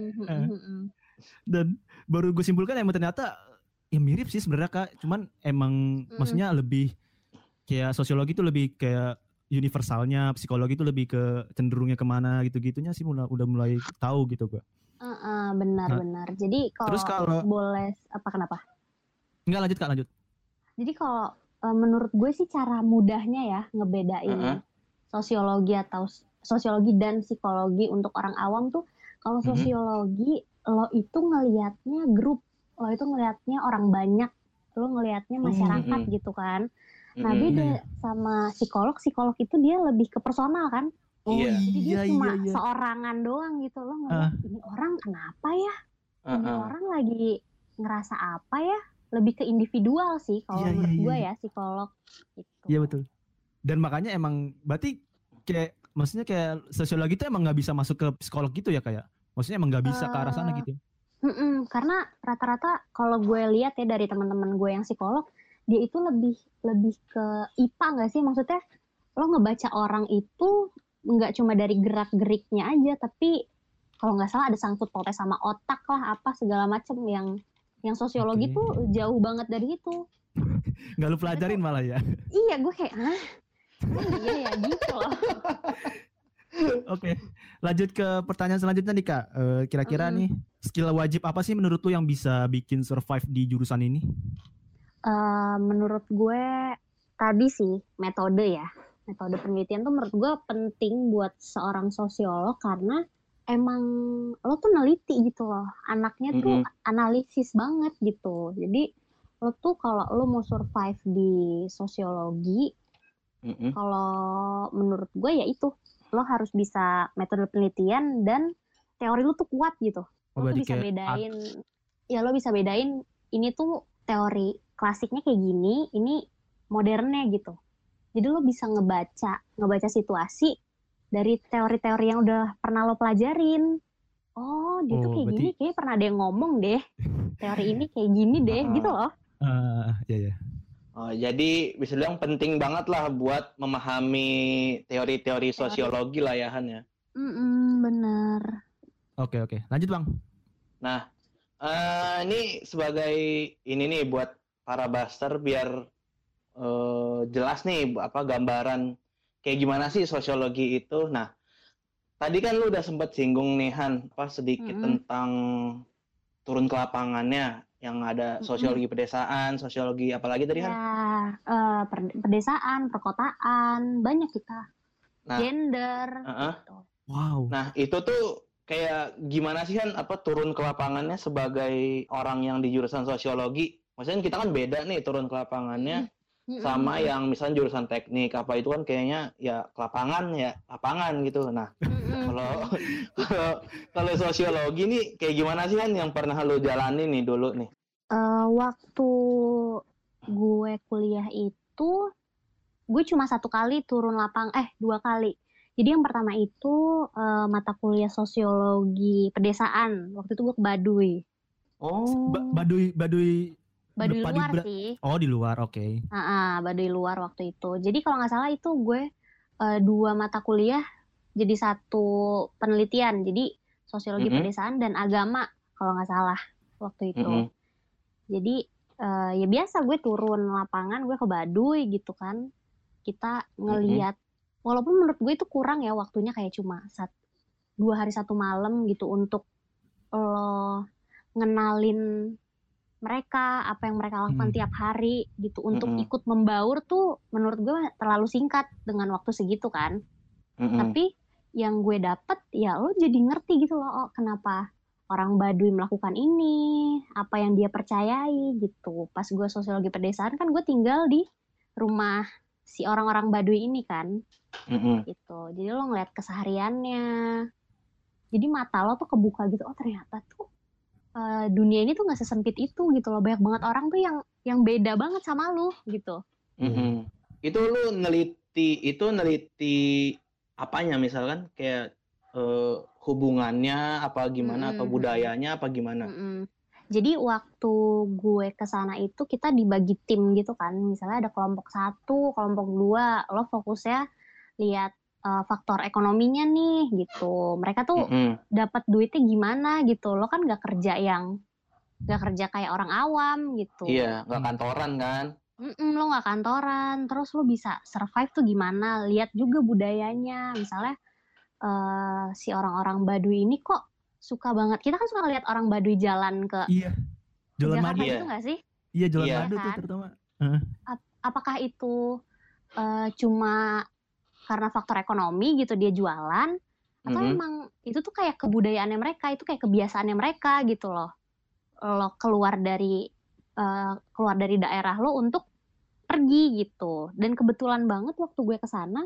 [SPEAKER 3] Mm-mm.
[SPEAKER 2] Dan baru gue simpulkan emang ternyata ya mirip sih sebenarnya Kak. Cuman emang
[SPEAKER 3] Mm.
[SPEAKER 2] maksudnya lebih kayak sosiologi itu lebih kayak universalnya, psikologi itu lebih ke cenderungnya kemana gitu-gitunya sih mulai udah mulai tahu gitu gue.
[SPEAKER 3] Uh-uh, benar-benar. Jadi kalau,
[SPEAKER 2] Terus kalau-
[SPEAKER 3] boleh apa kenapa?
[SPEAKER 2] Enggak lanjut Kak, lanjut.
[SPEAKER 3] Jadi kalau uh, menurut gue sih cara mudahnya ya ngebedain
[SPEAKER 1] Uh-uh.
[SPEAKER 3] sosiologi atau sosiologi dan psikologi untuk orang awam tuh kalau
[SPEAKER 2] Mhm.
[SPEAKER 3] sosiologi lo itu ngelihatnya grup, lo itu ngelihatnya orang banyak, lo ngelihatnya masyarakat
[SPEAKER 1] Mhm.
[SPEAKER 3] gitu kan. Nah
[SPEAKER 1] Mm-mm.
[SPEAKER 3] beda
[SPEAKER 2] Iya,
[SPEAKER 3] sama psikolog, psikolog itu dia lebih ke personal kan.
[SPEAKER 2] Oh
[SPEAKER 1] Iya.
[SPEAKER 3] Jadi dia
[SPEAKER 2] iya
[SPEAKER 3] cuma
[SPEAKER 2] iya iya.
[SPEAKER 3] seorangan doang gitu, lo ngeliat ini orang kenapa ya, ini
[SPEAKER 1] Uh-uh.
[SPEAKER 3] orang lagi ngerasa apa ya, lebih ke individual sih kalau
[SPEAKER 2] Iya,
[SPEAKER 3] menurut
[SPEAKER 2] iya,
[SPEAKER 3] gue
[SPEAKER 2] iya.
[SPEAKER 3] ya psikolog gitu.
[SPEAKER 2] Iya betul. Dan makanya emang berarti kayak maksudnya kayak sosiologi itu emang nggak bisa masuk ke psikolog gitu ya kayak. Maksudnya emang nggak bisa ke arah sana
[SPEAKER 3] Eh,
[SPEAKER 2] gitu.
[SPEAKER 3] Mm-mm, karena rata-rata kalau gue lihat ya dari teman-teman gue yang psikolog, dia itu lebih lebih ke I P A nggak sih, maksudnya lo ngebaca orang itu nggak cuma dari gerak-geriknya aja, tapi kalau nggak salah ada sangkut pautnya sama otak lah apa segala macem yang yang sosiologi
[SPEAKER 2] Oke.
[SPEAKER 3] tuh jauh banget dari itu.
[SPEAKER 2] Nggak lu pelajarin malah ya.
[SPEAKER 3] Iya gue kayak ah iya ya gitu loh.
[SPEAKER 2] Oke, lanjut ke pertanyaan selanjutnya nih Kak. Eh, kira-kira
[SPEAKER 3] Mm-mm.
[SPEAKER 2] nih skill wajib apa sih menurut lu yang bisa bikin survive di jurusan ini?
[SPEAKER 3] Eh, menurut gue tadi sih metode ya, Metode penelitian tuh menurut gue penting buat seorang sosiolog karena emang lo tuh neliti gitu loh. Anaknya tuh
[SPEAKER 1] Mm-mm.
[SPEAKER 3] analisis banget gitu. Jadi lo tuh kalau lo mau survive di sosiologi,
[SPEAKER 1] Mm-mm.
[SPEAKER 3] kalau menurut gue ya itu lo harus bisa metode penelitian dan teori lo tuh kuat gitu.
[SPEAKER 2] Oh,
[SPEAKER 3] Lo tuh
[SPEAKER 2] berarti
[SPEAKER 3] bisa
[SPEAKER 2] kayak
[SPEAKER 3] bedain, ya lo bisa bedain ini tuh teori klasiknya kayak gini, ini modernnya gitu. Jadi lo bisa ngebaca, ngebaca situasi dari teori-teori yang udah pernah lo pelajarin. Oh, dia tuh
[SPEAKER 2] Oh,
[SPEAKER 3] kayak
[SPEAKER 2] berarti
[SPEAKER 3] gini, kayaknya pernah ada yang ngomong deh. Teori ini kayak gini deh,
[SPEAKER 1] Ah.
[SPEAKER 3] gitu loh.
[SPEAKER 2] eh ya ya.
[SPEAKER 1] Oh, jadi bisa bilang penting banget lah buat memahami teori-teori sosiologi lah ya Han ya.
[SPEAKER 3] Mm-mm, bener.
[SPEAKER 2] Oke oke. Lanjut Bang.
[SPEAKER 1] Nah, eh, ini sebagai ini nih buat para buster biar eh, jelas nih apa gambaran kayak gimana sih sosiologi itu. Nah, tadi kan lu udah sempat singgung nih Han, apa sedikit
[SPEAKER 3] Mm-mm.
[SPEAKER 1] tentang turun ke lapangannya yang ada sosiologi pedesaan, sosiologi apalagi tadi Han?
[SPEAKER 3] Ya, eh, per- pedesaan, perkotaan, banyak kita.
[SPEAKER 1] Nah,
[SPEAKER 3] Gender,
[SPEAKER 1] uh-uh.
[SPEAKER 3] gitu.
[SPEAKER 2] Wow.
[SPEAKER 1] Nah, itu tuh kayak gimana sih kan apa turun ke lapangannya sebagai orang yang di jurusan sosiologi? Maksudnya kita kan beda nih turun ke lapangannya
[SPEAKER 3] Mm-mm.
[SPEAKER 1] sama yang misalnya jurusan teknik apa itu kan kayaknya ya ke lapangan ya lapangan gitu. Nah,
[SPEAKER 3] Mm-mm.
[SPEAKER 1] kalau kalau kalau sosiologi nih kayak gimana sih kan yang pernah lo jalani nih dulu nih?
[SPEAKER 3] Eh, waktu gue kuliah itu, gue cuma satu kali turun lapang, eh dua kali. Jadi yang pertama itu eh, mata kuliah sosiologi pedesaan. Waktu itu gue ke Baduy.
[SPEAKER 1] Oh.
[SPEAKER 2] Ba- Baduy Baduy
[SPEAKER 3] Baduy
[SPEAKER 2] Padi
[SPEAKER 3] luar
[SPEAKER 2] Bra-
[SPEAKER 3] sih.
[SPEAKER 2] Oh, di luar. Oke.
[SPEAKER 3] Ah, ah, Baduy luar waktu itu. Jadi kalau nggak salah itu gue eh, dua mata kuliah jadi satu penelitian. Jadi sosiologi
[SPEAKER 1] Mm-mm.
[SPEAKER 3] pedesaan dan agama kalau nggak salah waktu itu.
[SPEAKER 1] Mm-mm.
[SPEAKER 3] Jadi eh, ya biasa gue turun lapangan, gue ke Baduy gitu kan. Kita ngeliat, walaupun menurut gue itu kurang ya waktunya kayak cuma sat, dua hari satu malam gitu untuk lo ngenalin mereka, apa yang mereka lakukan
[SPEAKER 2] Hmm.
[SPEAKER 3] tiap hari gitu. Untuk
[SPEAKER 1] Mm-mm.
[SPEAKER 3] ikut membaur tuh menurut gue terlalu singkat dengan waktu segitu kan.
[SPEAKER 1] Mm-mm.
[SPEAKER 3] Tapi yang gue dapet ya lo jadi ngerti gitu loh, oh kenapa orang Baduy melakukan ini, apa yang dia percayai gitu. Pas gue sosiologi pedesaan kan gue tinggal di rumah si orang-orang Baduy ini kan,
[SPEAKER 1] Mm-mm.
[SPEAKER 3] gitu. Jadi lo ngeliat kesehariannya, jadi mata lo tuh kebuka gitu. Oh ternyata tuh uh, dunia ini tuh nggak sesempit itu gitu loh. Banyak banget orang tuh yang yang beda banget sama lo gitu.
[SPEAKER 1] Mm-mm. Itu lu neliti itu neliti apanya misalkan kayak eh, hubungannya apa gimana atau
[SPEAKER 3] Mm-mm.
[SPEAKER 1] budayanya apa gimana?
[SPEAKER 3] Mm-mm. Jadi waktu gue ke sana itu kita dibagi tim gitu kan. Misalnya ada kelompok satu, kelompok dua, lo fokusnya lihat uh, faktor ekonominya nih gitu. Mereka tuh
[SPEAKER 1] Mm-mm.
[SPEAKER 3] dapat duitnya gimana gitu. Lo kan nggak kerja yang nggak kerja kayak orang awam gitu.
[SPEAKER 1] Iya, nggak kantoran kan?
[SPEAKER 3] Mm-mm, lo nggak kantoran, terus lo bisa survive tuh gimana? Lihat juga budayanya. Misalnya uh, si orang-orang Baduy ini kok suka banget. Kita kan suka lihat orang Baduy jalan ke
[SPEAKER 2] Iya. Jalan
[SPEAKER 3] Jakarta
[SPEAKER 2] madu.
[SPEAKER 1] Iya.
[SPEAKER 3] gitu nggak sih?
[SPEAKER 2] Iya, jalan
[SPEAKER 1] Iya.
[SPEAKER 2] madu tuh
[SPEAKER 3] Kan?
[SPEAKER 2] terutama.
[SPEAKER 3] Ap- apakah itu uh, cuma karena faktor ekonomi gitu dia jualan, atau
[SPEAKER 1] Mm-mm.
[SPEAKER 3] emang itu tuh kayak kebudayaannya mereka, itu kayak kebiasaannya mereka gitu loh. Lo keluar dari uh, keluar dari daerah lo untuk pergi gitu. Dan kebetulan banget waktu gue kesana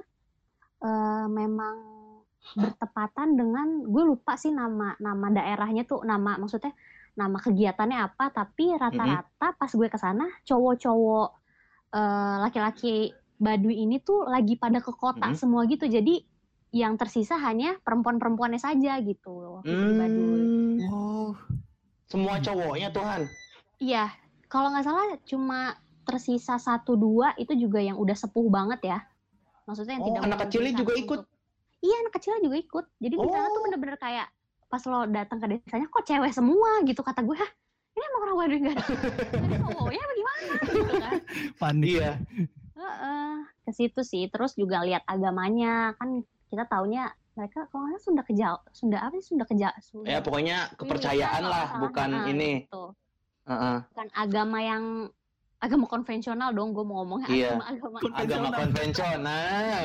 [SPEAKER 3] uh, memang bertepatan dengan, gue lupa sih nama nama daerahnya tuh, nama maksudnya nama kegiatannya apa, tapi rata-rata pas gue kesana cowok-cowok uh, laki-laki Baduy ini tuh lagi pada ke kota
[SPEAKER 1] Mm-mm.
[SPEAKER 3] semua gitu. Jadi yang tersisa hanya perempuan-perempuannya saja gitu waktu itu di Baduy.
[SPEAKER 1] Hmm.
[SPEAKER 2] Oh.
[SPEAKER 1] Semua cowoknya Tuhan.
[SPEAKER 3] Iya, kalau nggak salah cuma tersisa satu dua itu juga yang udah sepuh banget ya. Maksudnya yang
[SPEAKER 1] Oh,
[SPEAKER 3] tidak
[SPEAKER 1] anak kecilnya
[SPEAKER 3] memungkinkan
[SPEAKER 1] juga ikut?
[SPEAKER 3] untuk- Iya, anak kecilnya juga ikut. Jadi di sana
[SPEAKER 1] Oh.
[SPEAKER 3] tuh bener-bener kayak pas lo datang ke desanya kok cewek semua gitu, kata gue. Hah, ini emang orang Baduy nggak ada nggak ada cowoknya apa gimana gitu kan.
[SPEAKER 2] Panik.
[SPEAKER 1] Iya.
[SPEAKER 3] Heeh, ke situ sih. Terus juga lihat agamanya, kan kita taunya mereka kalau nggak salah Sunda Keja, Sunda apa sih Sunda Keja, Sunda.
[SPEAKER 1] Ya pokoknya kepercayaan
[SPEAKER 3] Iya,
[SPEAKER 1] lah,
[SPEAKER 3] kalau nggak
[SPEAKER 1] bukan
[SPEAKER 3] salah. Heeh,
[SPEAKER 1] ini.
[SPEAKER 3] gitu.
[SPEAKER 1] Heeh.
[SPEAKER 3] Bukan agama yang agama konvensional dong, gue mau ngomongnya
[SPEAKER 1] Iya.
[SPEAKER 3] agama-agama
[SPEAKER 1] Agama konvensional.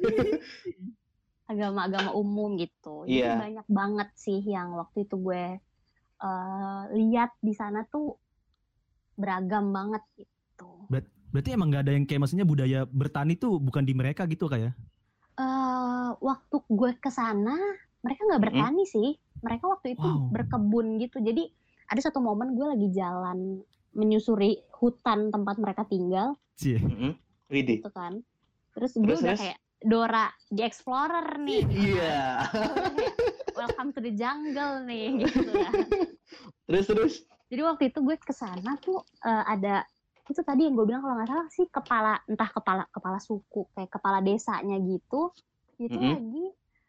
[SPEAKER 3] agama-agama umum gitu. Jadi
[SPEAKER 1] Iya.
[SPEAKER 3] banyak banget sih yang waktu itu gue uh, lihat di sana tuh beragam banget gitu.
[SPEAKER 2] Ber- berarti emang nggak ada yang kayak maksudnya budaya bertani tuh bukan di mereka gitu kayak?
[SPEAKER 3] Uh, waktu gue ke sana mereka nggak bertani mm-hmm. sih. Mereka waktu itu wow. berkebun gitu. Jadi ada satu momen gue lagi jalan menyusuri hutan tempat mereka tinggal.
[SPEAKER 2] Cie.
[SPEAKER 1] Mm-hmm. Widih.
[SPEAKER 3] Gitu kan. Terus gue udah kayak Dora the Explorer nih.
[SPEAKER 1] Iya.
[SPEAKER 3] Yeah. Welcome to the jungle nih gitu kan.
[SPEAKER 1] Terus terus.
[SPEAKER 3] Jadi waktu itu gue kesana tuh uh, ada itu tadi yang gue bilang kalau nggak salah sih kepala entah kepala kepala suku kayak kepala desanya gitu. Itu mm-hmm. lagi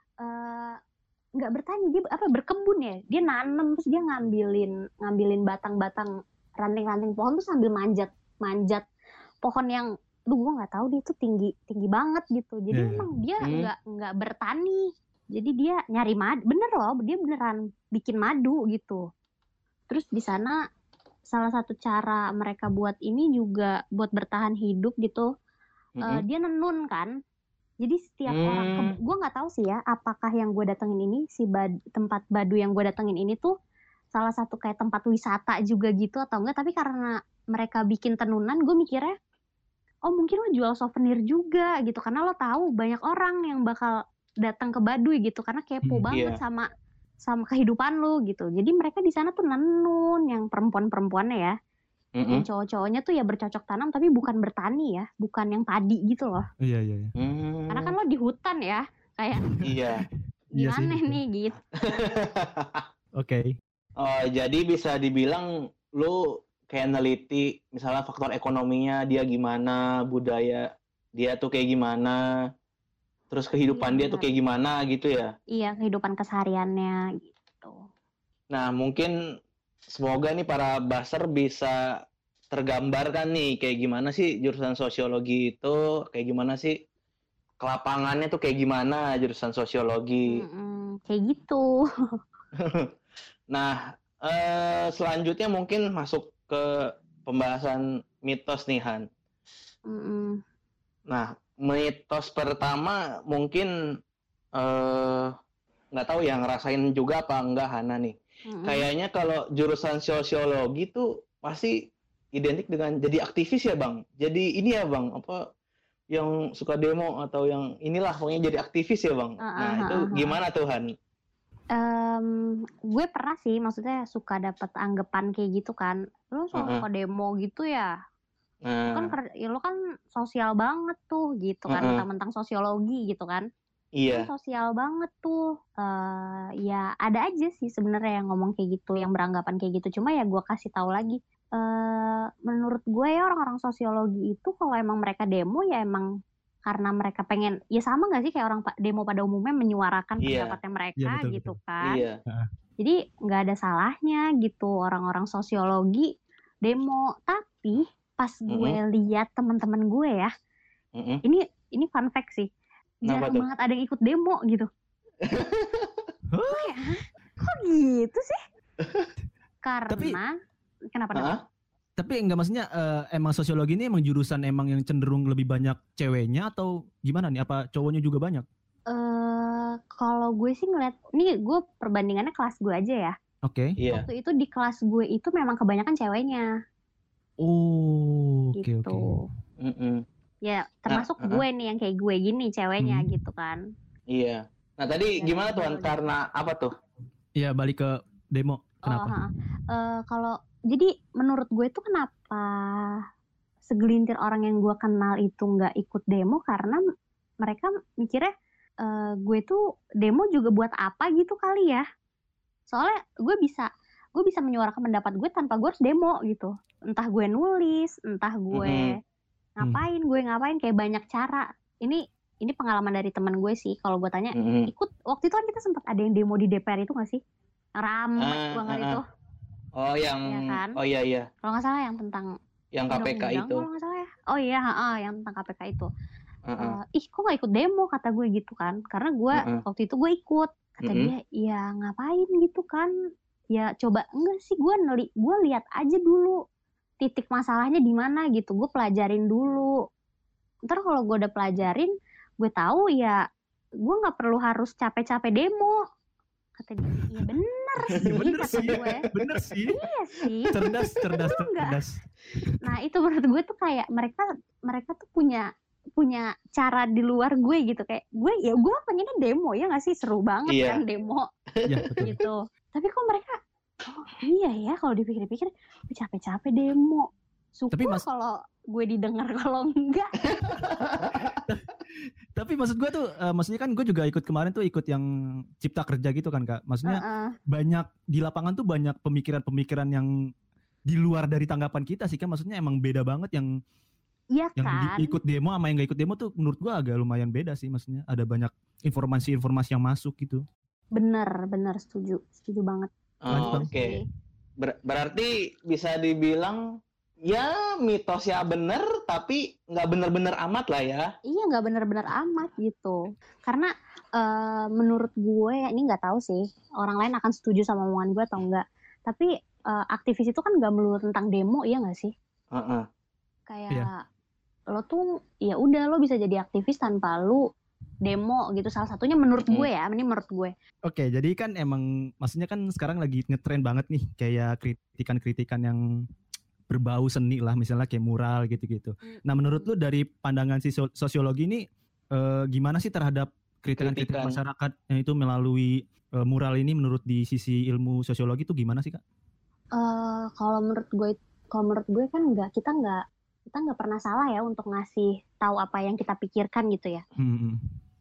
[SPEAKER 3] nggak uh, bertani, dia apa berkebun ya. Dia nanam terus dia ngambilin ngambilin batang-batang ranting-ranting pohon tuh sambil manjat manjat pohon yang Duh, gue nggak tahu dia tuh tinggi tinggi banget gitu. Jadi yeah, emang dia nggak hmm. nggak bertani. Jadi dia nyari madu, bener loh, dia beneran bikin madu gitu. Terus di sana salah satu cara mereka buat ini juga buat bertahan hidup gitu. Mm-hmm. Uh, dia nenun kan. Jadi setiap mm. orang, ke- gue nggak tahu sih ya, apakah yang gue datengin ini si bad, tempat badu yang gue datengin ini tuh salah satu kayak tempat wisata juga gitu atau enggak? Tapi karena mereka bikin tenunan, gue mikirnya oh mungkin lo jual souvenir juga gitu karena lo tahu banyak orang yang bakal datang ke Baduy gitu karena kepo hmm, banget yeah. sama sama kehidupan lo gitu. Jadi mereka di sana tuh nenun yang perempuan-perempuannya ya. Mm-hmm. Yang cowok-cowoknya tuh ya bercocok tanam tapi bukan bertani ya, bukan yang padi gitu loh.
[SPEAKER 2] Iya iya iya.
[SPEAKER 1] Hmm.
[SPEAKER 3] Karena kan lo di hutan ya, kayak
[SPEAKER 1] iya.
[SPEAKER 3] Gimana iya nih gitu.
[SPEAKER 2] Oke. Okay.
[SPEAKER 1] Oh, jadi bisa dibilang lo kayak neliti misalnya faktor ekonominya dia gimana, budaya dia tuh kayak gimana, terus kehidupan iya, dia tuh kayak gimana gitu ya?
[SPEAKER 3] Iya, kehidupan kesehariannya gitu.
[SPEAKER 1] Nah, mungkin semoga nih para baser bisa tergambarkan nih kayak gimana sih jurusan sosiologi itu, kayak gimana sih kelapangannya tuh kayak gimana jurusan sosiologi.
[SPEAKER 3] Mm-mm, kayak gitu.
[SPEAKER 1] Nah, eh, selanjutnya mungkin masuk ke pembahasan mitos nih Han.
[SPEAKER 3] Mm-mm.
[SPEAKER 1] Nah, mitos pertama mungkin nggak eh, tahu ya ngerasain juga apa enggak Hana nih. Mm-mm. Kayaknya kalau jurusan sosiologi tuh pasti identik dengan jadi aktivis ya Bang. Jadi ini ya Bang, apa yang suka demo atau yang inilah pokoknya jadi aktivis ya Bang. Uh-huh. Nah, itu gimana tuh Han?
[SPEAKER 3] Um, gue pernah sih, maksudnya suka dapet anggapan kayak gitu kan, lo suka uh-uh. demo gitu ya, uh. lo kan ya lo kan sosial banget tuh gitu kan, uh-uh. mentang-mentang sosiologi gitu kan,
[SPEAKER 1] iya,
[SPEAKER 3] kan sosial banget tuh, uh, ya ada aja sih sebenarnya yang ngomong kayak gitu, yang beranggapan kayak gitu, cuma ya gue kasih tahu lagi, uh, menurut gue ya orang-orang sosiologi itu kalau emang mereka demo ya emang karena mereka pengen, ya sama nggak sih kayak orang demo pada umumnya menyuarakan yeah. pendapatnya mereka yeah, betul, gitu betul. kan.
[SPEAKER 1] Yeah.
[SPEAKER 3] Jadi nggak ada salahnya gitu orang-orang sosiologi demo. Tapi pas gue mm-hmm. lihat teman-teman gue ya, mm-hmm. ini ini fun fact sih, jarang banget ada yang ikut demo gitu. Kayak, kok gitu sih? Karena
[SPEAKER 2] Tapi,
[SPEAKER 3] kenapa? Uh-huh.
[SPEAKER 2] Tapi enggak maksudnya uh, emang sosiologi ini emang jurusan emang yang cenderung lebih banyak ceweknya atau gimana nih? Apa cowoknya juga banyak?
[SPEAKER 3] Eh uh, kalau gue sih ngeliat, ini gue perbandingannya kelas gue aja ya.
[SPEAKER 2] Oke. Okay.
[SPEAKER 1] Yeah.
[SPEAKER 3] Waktu itu di kelas gue itu memang kebanyakan ceweknya.
[SPEAKER 2] Oh, oke
[SPEAKER 3] gitu.
[SPEAKER 2] oke. Okay, okay.
[SPEAKER 3] Ya termasuk nah, gue uh-huh. nih yang kayak gue gini ceweknya hmm. gitu kan.
[SPEAKER 1] Iya. Nah tadi ya, gimana tuan? Karena apa tuh?
[SPEAKER 2] Iya balik ke demo. Kenapa?
[SPEAKER 3] Oh, uh, kalau jadi menurut gue tuh kenapa segelintir orang yang gue kenal itu nggak ikut demo karena mereka mikirnya e, gue tuh demo juga buat apa gitu kali ya. Soalnya gue bisa gue bisa menyuarakan pendapat gue tanpa gue harus demo gitu. Entah gue nulis, entah gue mm-hmm. ngapain, gue ngapain kayak banyak cara. Ini ini pengalaman dari teman gue sih. Kalau gue tanya mm-hmm. ikut waktu itu kan kita sempat ada yang demo di D P R itu nggak sih? Ramai uh, banget uh, uh. itu.
[SPEAKER 1] Oh yang ya kan? Oh iya iya.
[SPEAKER 3] Kalau nggak salah yang tentang
[SPEAKER 1] yang K P K itu.
[SPEAKER 3] Kalau nggak salah ya. Oh iya, uh, yang tentang K P K itu. Uh-uh. Uh, ih kok nggak ikut demo kata gue gitu kan? Karena gue uh-uh. waktu itu gue ikut. Kata uh-uh. dia, ya ngapain gitu kan? Ya coba enggak sih gue neli, gue lihat aja dulu titik masalahnya di mana gitu, gue pelajarin dulu. Ntar kalau gue udah pelajarin, gue tahu ya gue nggak perlu harus capek-capek demo. Kata dia, iya bener sih,
[SPEAKER 2] Ya bener
[SPEAKER 3] kata
[SPEAKER 2] sih,
[SPEAKER 3] gue.
[SPEAKER 2] bener sih.
[SPEAKER 3] Iya sih.
[SPEAKER 2] Cerdas, cerdas,
[SPEAKER 3] Lu nggak-
[SPEAKER 2] cerdas.
[SPEAKER 3] Nah itu menurut gue tuh kayak mereka mereka tuh punya punya cara di luar gue gitu, kayak gue ya gue pengennya demo ya nggak sih, seru banget
[SPEAKER 1] Iya.
[SPEAKER 3] kan demo
[SPEAKER 2] Iya betul.
[SPEAKER 3] gitu. Tapi kok mereka, oh iya ya kalau dipikir-pikir, gue capek-capek demo. Syukur
[SPEAKER 2] Tapi mas-
[SPEAKER 3] kalau gue didengar, kalau enggak.
[SPEAKER 2] Tapi maksud gue tuh, uh, maksudnya kan gue juga ikut kemarin tuh ikut yang cipta kerja gitu kan kak. Maksudnya
[SPEAKER 3] Uh-uh.
[SPEAKER 2] banyak di lapangan tuh banyak pemikiran-pemikiran yang di luar dari tanggapan kita sih kan. Maksudnya emang beda banget yang
[SPEAKER 3] Iya
[SPEAKER 2] yang
[SPEAKER 3] kan.
[SPEAKER 2] di- ikut demo sama yang gak ikut demo tuh menurut gue agak lumayan beda sih. Maksudnya ada banyak informasi-informasi yang masuk gitu.
[SPEAKER 3] Bener, bener setuju, setuju banget.
[SPEAKER 1] Oh,
[SPEAKER 2] Bang.
[SPEAKER 1] Oke. Ber- berarti bisa dibilang ya mitosnya bener tapi nggak bener-bener amat lah ya.
[SPEAKER 3] Iya nggak bener-bener amat gitu. Karena eh, menurut gue, ini nggak tahu sih orang lain akan setuju sama omongan gue atau enggak. Tapi eh, aktivis itu kan nggak melulu tentang demo, iya nggak sih?
[SPEAKER 1] Heeh.
[SPEAKER 3] Kayak
[SPEAKER 2] Iya.
[SPEAKER 3] lo tuh ya udah lo bisa jadi aktivis tanpa lo demo gitu. Salah satunya menurut
[SPEAKER 1] Hmm.
[SPEAKER 3] gue ya, ini menurut gue.
[SPEAKER 2] Oke, jadi kan emang maksudnya kan sekarang lagi ngetren banget nih kayak kritikan-kritikan yang berbau seni lah, misalnya kayak mural gitu-gitu. Nah, menurut lu dari pandangan si so- sosiologi ini eh, gimana sih terhadap kritikan-kritikan
[SPEAKER 1] Kritikan.
[SPEAKER 2] masyarakat yang itu melalui eh, mural ini menurut di sisi ilmu sosiologi itu gimana sih Kak?
[SPEAKER 3] Eh kalau menurut gue, kalau menurut gue kan nggak, kita nggak kita nggak pernah salah ya untuk ngasih tahu apa yang kita pikirkan gitu ya.
[SPEAKER 2] Hmm, hmm.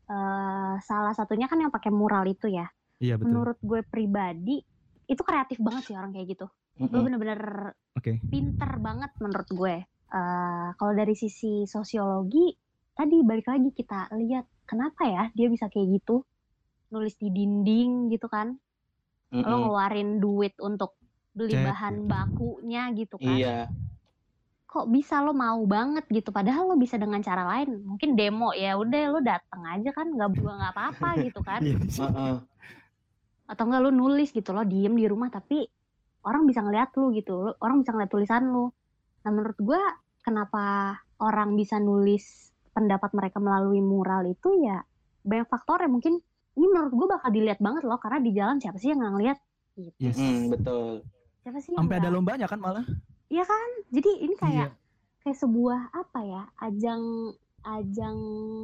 [SPEAKER 3] Eh salah satunya kan yang pakai mural itu ya.
[SPEAKER 2] Iya betul.
[SPEAKER 3] Menurut gue pribadi itu kreatif banget sih orang kayak gitu. Lo
[SPEAKER 1] Mm-mm.
[SPEAKER 3] bener-bener
[SPEAKER 2] Oke.
[SPEAKER 3] pinter banget menurut gue. Eh kalau dari sisi sosiologi, tadi balik lagi kita lihat kenapa ya dia bisa kayak gitu, nulis di dinding gitu kan. Lo
[SPEAKER 1] Mm-mm.
[SPEAKER 3] ngeluarin duit untuk beli
[SPEAKER 2] Cat.
[SPEAKER 3] bahan bakunya gitu kan.
[SPEAKER 1] Iya.
[SPEAKER 3] Kok bisa lo mau banget gitu, padahal lo bisa dengan cara lain, mungkin demo, ya udah lo dateng aja kan, nggak juga nggak apa-apa gitu kan.
[SPEAKER 2] Iya sih.
[SPEAKER 1] Heeh.
[SPEAKER 3] Atau enggak lo nulis gitu, lo diem di rumah tapi orang bisa ngeliat lo gitu, lo, orang bisa ngeliat tulisan lo. Nah menurut gue kenapa orang bisa nulis pendapat mereka melalui mural itu ya banyak faktor ya, mungkin ini menurut gue bakal dilihat banget loh, karena di jalan siapa sih yang nggak ngeliat gitu.
[SPEAKER 2] Yes.
[SPEAKER 1] Mm, betul.
[SPEAKER 3] Siapa sih yang
[SPEAKER 2] Sampai ada
[SPEAKER 3] nggak-
[SPEAKER 2] lombanya kan malah.
[SPEAKER 3] Iya kan, jadi ini kayak
[SPEAKER 2] Iya.
[SPEAKER 3] kayak sebuah apa ya, ajang ajang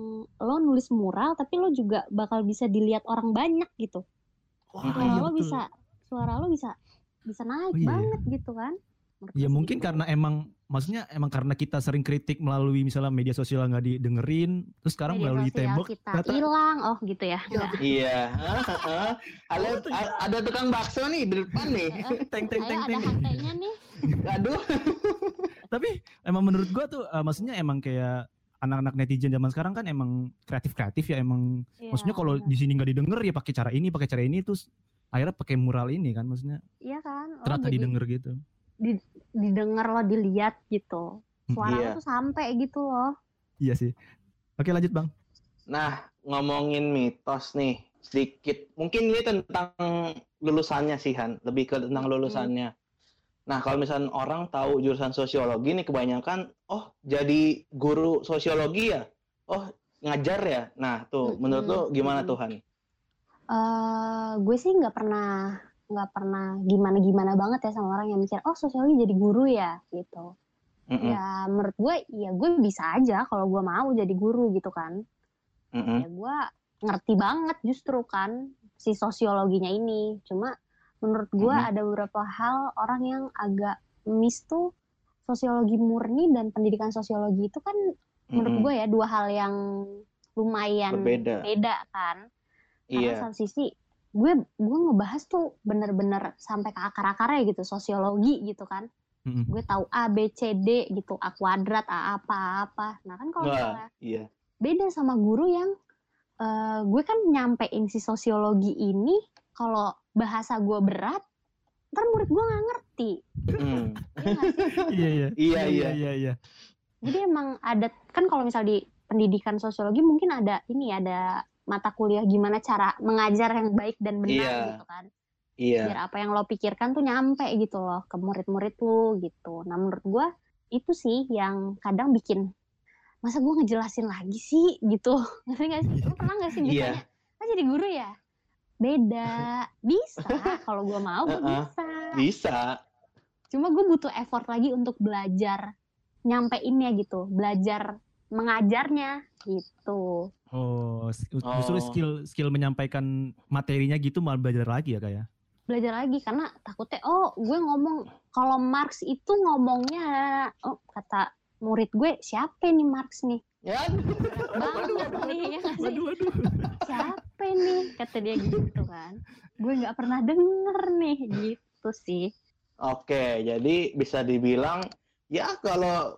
[SPEAKER 3] lo nulis mural tapi lo juga bakal bisa dilihat orang banyak gitu.
[SPEAKER 2] Wah,
[SPEAKER 3] Suara
[SPEAKER 2] iya
[SPEAKER 3] lo
[SPEAKER 2] betul.
[SPEAKER 3] bisa suara lo bisa bisa naik
[SPEAKER 2] Oh, iya.
[SPEAKER 3] banget gitu kan. Menurut gue
[SPEAKER 2] Ya
[SPEAKER 3] sih
[SPEAKER 2] mungkin
[SPEAKER 3] gitu.
[SPEAKER 2] karena emang maksudnya emang karena kita sering kritik melalui misalnya media sosial nggak didengerin, terus sekarang
[SPEAKER 3] media
[SPEAKER 2] melalui
[SPEAKER 3] sosial
[SPEAKER 2] tembok
[SPEAKER 3] kita
[SPEAKER 2] ternyata
[SPEAKER 3] hilang, oh gitu ya.
[SPEAKER 2] Iya.
[SPEAKER 1] Iya. Heeh. Ada a- ada tukang bakso nih di depan nih.
[SPEAKER 2] teng teng
[SPEAKER 3] Ayo
[SPEAKER 2] teng
[SPEAKER 3] ada
[SPEAKER 2] teng.
[SPEAKER 3] hantainya nih.
[SPEAKER 1] Aduh.
[SPEAKER 2] Tapi emang menurut gua tuh uh, maksudnya emang kayak anak-anak netizen zaman sekarang kan emang kreatif-kreatif ya emang.
[SPEAKER 3] Iya,
[SPEAKER 2] Maksudnya kalau
[SPEAKER 3] benar.
[SPEAKER 2] di sini nggak didengar ya pakai cara ini, pakai cara ini, terus akhirnya pakai mural ini kan, maksudnya
[SPEAKER 3] Iya kan, lo
[SPEAKER 2] ternyata
[SPEAKER 3] jadi
[SPEAKER 2] didengar gitu.
[SPEAKER 3] di- didengar lo, dilihat gitu. Suara
[SPEAKER 1] Iya.
[SPEAKER 3] lo tuh sampai gitu loh.
[SPEAKER 2] Iya sih. Oke lanjut bang.
[SPEAKER 1] Nah, ngomongin mitos nih, sedikit. Mungkin ini tentang lulusannya sih, Han. Lebih ke tentang
[SPEAKER 3] Hmm.
[SPEAKER 1] lulusannya. Nah, kalau misalnya orang tahu jurusan sosiologi nih, kebanyakan, oh, jadi guru sosiologi ya? Oh, ngajar ya? Nah, tuh,
[SPEAKER 3] Mm-mm.
[SPEAKER 1] menurut lo gimana
[SPEAKER 3] Mm-mm.
[SPEAKER 1] tuh, Han?
[SPEAKER 3] Eh, gue sih nggak pernah nggak pernah gimana gimana banget ya sama orang yang mikir oh sosiologi jadi guru ya gitu.
[SPEAKER 1] Mm-mm.
[SPEAKER 3] Ya menurut gue ya gue bisa aja kalau gue mau jadi guru gitu kan.
[SPEAKER 1] Mm-mm.
[SPEAKER 3] Ya gue ngerti banget justru kan si sosiologinya ini. Cuma menurut gue
[SPEAKER 1] Mhm.
[SPEAKER 3] ada beberapa hal orang yang agak miss tuh, sosiologi murni dan pendidikan sosiologi itu kan menurut
[SPEAKER 1] Mm-mm.
[SPEAKER 3] gue ya dua hal yang lumayan
[SPEAKER 1] Berbeda.
[SPEAKER 3] beda kan. Karena
[SPEAKER 1] Iya.
[SPEAKER 3] satu sisi gue gue ngebahas tuh bener-bener sampai ke akar-akarnya gitu, sosiologi gitu kan.
[SPEAKER 2] Mm-mm.
[SPEAKER 3] Gue tahu A B C D gitu, A kuadrat, A apa apa. Nah kan kalau misalnya
[SPEAKER 1] Wah, iya.
[SPEAKER 3] beda sama guru yang eh, gue kan nyampein si sosiologi ini, kalau bahasa gue berat, ntar murid gue nggak ngerti.
[SPEAKER 1] Mm.
[SPEAKER 3] Iya nggak sih?
[SPEAKER 2] Iya iya.
[SPEAKER 1] Iya, iya.
[SPEAKER 2] iya iya.
[SPEAKER 3] Jadi emang ada kan kalau misal di pendidikan sosiologi mungkin ada ini ada mata kuliah gimana cara mengajar yang baik dan benar
[SPEAKER 1] Iya.
[SPEAKER 3] gitu kan.
[SPEAKER 1] Iya.
[SPEAKER 3] Biar apa yang lo pikirkan tuh nyampe gitu loh ke murid-murid lu gitu. Nah menurut gue itu sih yang kadang bikin, masa gue ngejelasin lagi sih gitu. Ngerti gak sih? Lo pernah gak sih ditanya, kan jadi guru ya? Beda. Bisa. Kalau gue mau gue
[SPEAKER 1] Uh-uh.
[SPEAKER 3] bisa.
[SPEAKER 1] Bisa.
[SPEAKER 3] Cuma gue butuh effort lagi untuk belajar nyampeinnya gitu. Belajar mengajarnya gitu.
[SPEAKER 2] Oh, s- justru
[SPEAKER 1] Oh.
[SPEAKER 2] skill skill menyampaikan materinya gitu malah belajar lagi ya kayak.
[SPEAKER 3] Belajar lagi karena takutnya oh gue ngomong kalau Marx itu ngomongnya oh kata murid gue siapa nih Marx nih
[SPEAKER 1] Ya.
[SPEAKER 3] banget nih ya nggak sih?
[SPEAKER 2] Waduh, waduh.
[SPEAKER 3] Siapa nih kata dia gitu kan, gue nggak pernah denger nih gitu sih.
[SPEAKER 1] Oke, jadi bisa dibilang ya kalau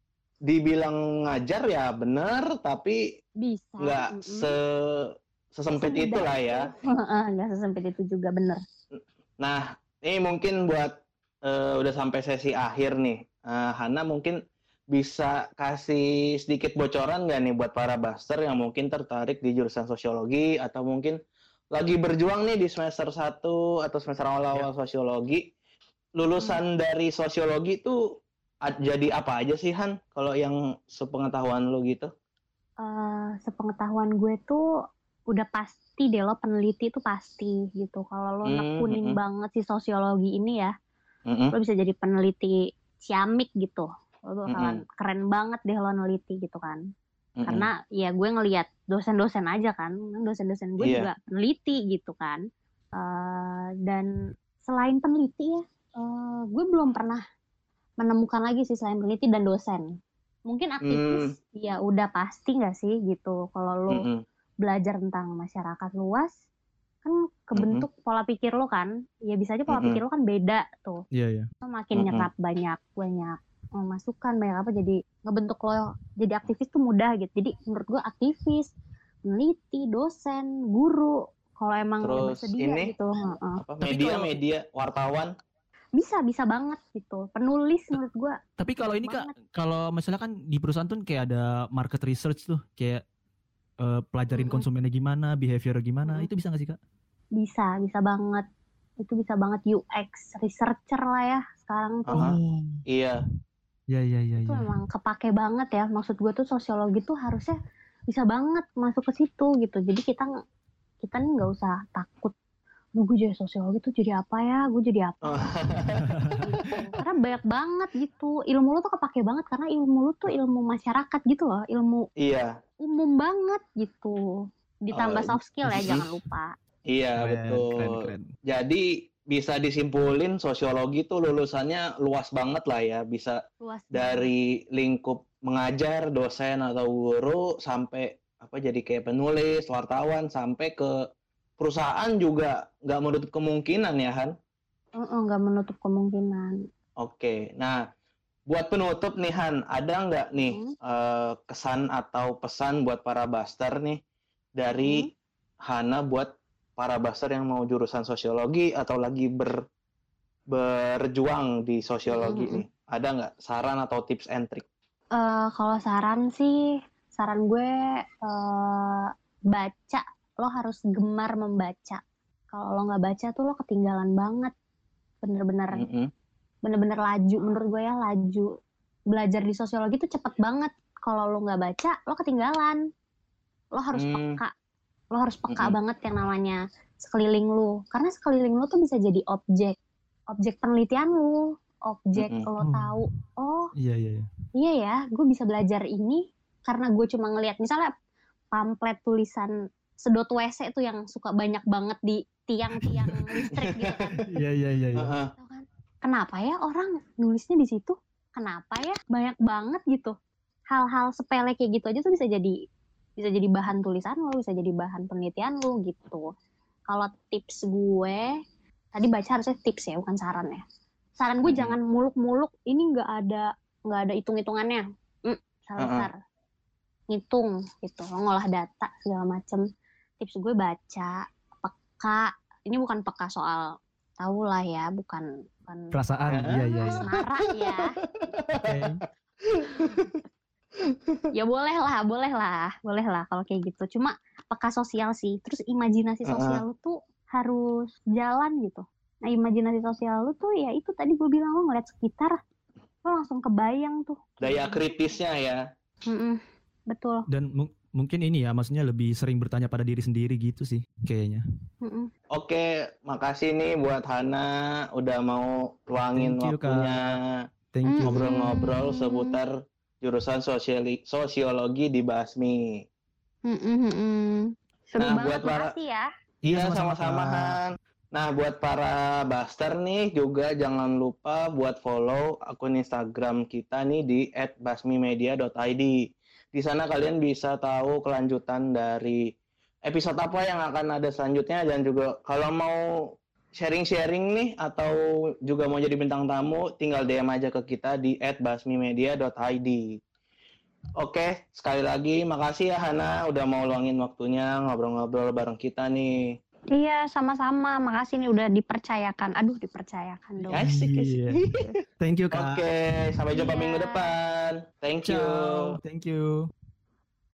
[SPEAKER 1] dibilang ngajar ya bener, tapi
[SPEAKER 3] Bisa
[SPEAKER 1] nggak
[SPEAKER 3] mm-mm.
[SPEAKER 1] se sesempit
[SPEAKER 3] Semudah
[SPEAKER 1] itulah ya.
[SPEAKER 3] nggak sesempit itu juga bener.
[SPEAKER 1] Nah, ini mungkin buat eh, udah sampai sesi akhir nih. Eh, Hana mungkin bisa kasih sedikit bocoran nggak nih buat para buster yang mungkin tertarik di jurusan sosiologi atau mungkin lagi berjuang nih di semester satu atau semester awal-awal sosiologi. Lulusan dari sosiologi itu a- jadi apa aja sih Han? Kalau yang sepengetahuan lu gitu?
[SPEAKER 3] Eh, sepengetahuan gue tuh udah pasti deh lo peneliti itu pasti gitu. Kalau lo
[SPEAKER 1] Hmm,
[SPEAKER 3] nekunin
[SPEAKER 1] mm-mm.
[SPEAKER 3] banget si sosiologi ini ya,
[SPEAKER 1] Mm-mm.
[SPEAKER 3] lo bisa jadi peneliti ciamik gitu. Lo bakalan
[SPEAKER 1] Mm-mm.
[SPEAKER 3] keren banget deh lo neliti gitu kan.
[SPEAKER 1] Mm-mm.
[SPEAKER 3] Karena ya gue ngelihat dosen-dosen aja kan, dosen-dosen gue
[SPEAKER 1] Iya.
[SPEAKER 3] juga peneliti gitu kan. Eh, dan selain peneliti ya, eh, gue belum pernah menemukan lagi sih selain peneliti dan dosen. Mungkin aktivis ya udah pasti nggak sih gitu. Kalau lo
[SPEAKER 1] Mm-mm.
[SPEAKER 3] belajar tentang masyarakat luas, kan kebentuk pola pikir lo kan. Ya bisa aja pola
[SPEAKER 1] Mm-mm.
[SPEAKER 3] pikir lo kan beda tuh.
[SPEAKER 2] Iya, iya.
[SPEAKER 3] Lo makin
[SPEAKER 1] Mm-mm.
[SPEAKER 3] nyerap banyak banyak eh, masukan banyak apa jadi ngebentuk lo jadi aktivis tuh mudah gitu. Jadi menurut gue aktivis, peneliti, dosen, guru kalau emang lo
[SPEAKER 1] Terus
[SPEAKER 3] bersedia
[SPEAKER 1] ini
[SPEAKER 3] gitu, heeh.
[SPEAKER 1] apa
[SPEAKER 2] Tapi
[SPEAKER 1] media
[SPEAKER 2] kalau-
[SPEAKER 1] media wartawan?
[SPEAKER 3] bisa bisa banget gitu. Penulis menurut gue
[SPEAKER 2] Tapi kalau ini Kak, kalau misalnya kan di perusahaan tuh kayak ada market research tuh, kayak eh, pelajarin
[SPEAKER 3] Mm-mm.
[SPEAKER 2] konsumennya gimana, behavior gimana,
[SPEAKER 3] Mm-mm.
[SPEAKER 2] itu bisa nggak sih Kak?
[SPEAKER 3] bisa bisa banget. Itu bisa banget U X researcher lah ya sekarang tuh.
[SPEAKER 1] Aha.
[SPEAKER 2] Oh,
[SPEAKER 1] Iya.
[SPEAKER 2] iya iya iya.
[SPEAKER 3] Itu
[SPEAKER 2] iya.
[SPEAKER 3] emang kepake banget ya. Maksud gue tuh sosiologi tuh harusnya bisa banget masuk ke situ gitu. Jadi kita kita nih nggak usah takut. Duh, gue jadi sosiologi tuh jadi apa ya? Gue jadi apa?
[SPEAKER 1] Oh.
[SPEAKER 3] Gitu. Karena banyak banget gitu. Ilmu lu tuh kepake banget karena ilmu lu tuh ilmu masyarakat gitu loh. Ilmu
[SPEAKER 1] Iya.
[SPEAKER 3] umum banget gitu. Ditambah
[SPEAKER 1] Oh,
[SPEAKER 3] soft skill ya,
[SPEAKER 1] mm-mm.
[SPEAKER 3] jangan lupa.
[SPEAKER 1] Iya,
[SPEAKER 2] Keren,
[SPEAKER 1] betul.
[SPEAKER 2] keren, keren.
[SPEAKER 1] Jadi bisa disimpulin sosiologi tuh lulusannya luas banget lah ya. Bisa
[SPEAKER 3] Luas banget.
[SPEAKER 1] dari lingkup mengajar, dosen atau guru sampai apa jadi kayak penulis, wartawan sampai ke perusahaan juga nggak menutup kemungkinan ya Han.
[SPEAKER 3] Uh-uh, nggak menutup kemungkinan.
[SPEAKER 1] Oke, nah buat penutup nih Han, ada nggak nih
[SPEAKER 3] Hmm.
[SPEAKER 1] eh, kesan atau pesan buat para buster nih dari Hana buat para buster yang mau jurusan sosiologi atau lagi ber berjuang di sosiologi
[SPEAKER 3] Hmm.
[SPEAKER 1] nih? Ada nggak saran atau tips and trick?
[SPEAKER 3] Eh, kalau saran sih, saran gue eh, baca. Lo harus gemar membaca. Kalau lo nggak baca tuh lo ketinggalan banget. Bener-bener,
[SPEAKER 1] Mm-mm.
[SPEAKER 3] bener-bener laju. Menurut gue ya laju. Belajar di sosiologi tuh cepet banget. Kalau lo nggak baca, lo ketinggalan. Lo harus
[SPEAKER 1] Hmm.
[SPEAKER 3] peka. Lo harus peka
[SPEAKER 1] Mm-mm.
[SPEAKER 3] banget yang namanya sekeliling lu. Karena sekeliling lu tuh bisa jadi objek. Objek penelitian lu. Objek
[SPEAKER 1] Mm-mm.
[SPEAKER 3] lo
[SPEAKER 2] Hmm.
[SPEAKER 3] tahu. Oh,
[SPEAKER 2] Iya iya iya.
[SPEAKER 3] iya ya, gue bisa belajar ini karena gue cuma ngelihat misalnya pamflet tulisan sedot W C tuh yang suka banyak banget di tiang-tiang listrik gitu kan.
[SPEAKER 2] Iya iya iya. iya.
[SPEAKER 1] Uh-uh.
[SPEAKER 3] Tahu kan? Kenapa ya orang nulisnya di situ? Kenapa ya banyak banget gitu. Hal-hal sepele kayak gitu aja tuh bisa jadi bisa jadi bahan tulisan lo, bisa jadi bahan penelitian lo gitu. Kalau tips gue, tadi baca harusnya tips ya, bukan saran ya. Saran gue
[SPEAKER 1] Mm-mm.
[SPEAKER 3] jangan muluk-muluk, ini nggak ada nggak ada hitung-hitungannya. Mm, salah ngitung gitu, lo ngolah data segala macem. Tips gue baca, peka. Ini bukan peka soal tahu lah ya, bukan bukan
[SPEAKER 2] Perasaan,
[SPEAKER 1] Ah.
[SPEAKER 2] iya iya iya.
[SPEAKER 3] asmara ya.
[SPEAKER 2] Oke.
[SPEAKER 3] Ya boleh lah, boleh lah, boleh lah kalau kayak gitu. Cuma peka sosial sih. Terus imajinasi sosial lu tuh harus jalan gitu. Nah, imajinasi sosial lu tuh ya itu tadi gue bilang, lu ngeliat sekitar, lu langsung kebayang tuh.
[SPEAKER 1] Daya kritisnya ya.
[SPEAKER 3] Mm-mm, betul.
[SPEAKER 2] Dan mu- mungkin ini ya, maksudnya lebih sering bertanya pada diri sendiri gitu sih kayaknya.
[SPEAKER 3] Mm-mm.
[SPEAKER 1] Oke, makasih nih buat Hana udah mau luangin
[SPEAKER 2] Thank you,
[SPEAKER 1] waktunya
[SPEAKER 2] Thank you.
[SPEAKER 1] ngobrol-ngobrol
[SPEAKER 3] Hmm.
[SPEAKER 1] seputar jurusan sosiali- sosiologi di Basmi.
[SPEAKER 3] Mm-mm, mm-mm. Seru
[SPEAKER 1] Nah,
[SPEAKER 3] banget,
[SPEAKER 1] buat para-
[SPEAKER 3] makasih ya.
[SPEAKER 1] Iya,
[SPEAKER 2] sama-sama,
[SPEAKER 1] sama-sama
[SPEAKER 2] Kak.
[SPEAKER 1] Han. Nah, buat para Buster nih juga jangan lupa buat follow akun Instagram kita nih di et basmimedia dot i d. Di sana kalian bisa tahu kelanjutan dari episode apa yang akan ada selanjutnya, dan juga kalau mau sharing-sharing nih atau juga mau jadi bintang tamu, tinggal D M aja ke kita di et basmimedia dot i d. Oke, sekali lagi makasih ya Hana udah mau luangin waktunya ngobrol-ngobrol bareng kita nih.
[SPEAKER 3] Iya, sama-sama. Makasih nih udah dipercayakan. Aduh, dipercayakan dong.
[SPEAKER 1] Asik, asik.
[SPEAKER 2] Iya. Thank you, Kak.
[SPEAKER 1] Oke, sampai jumpa
[SPEAKER 3] Iya.
[SPEAKER 1] minggu depan. Thank you.
[SPEAKER 2] Ciao. Thank you.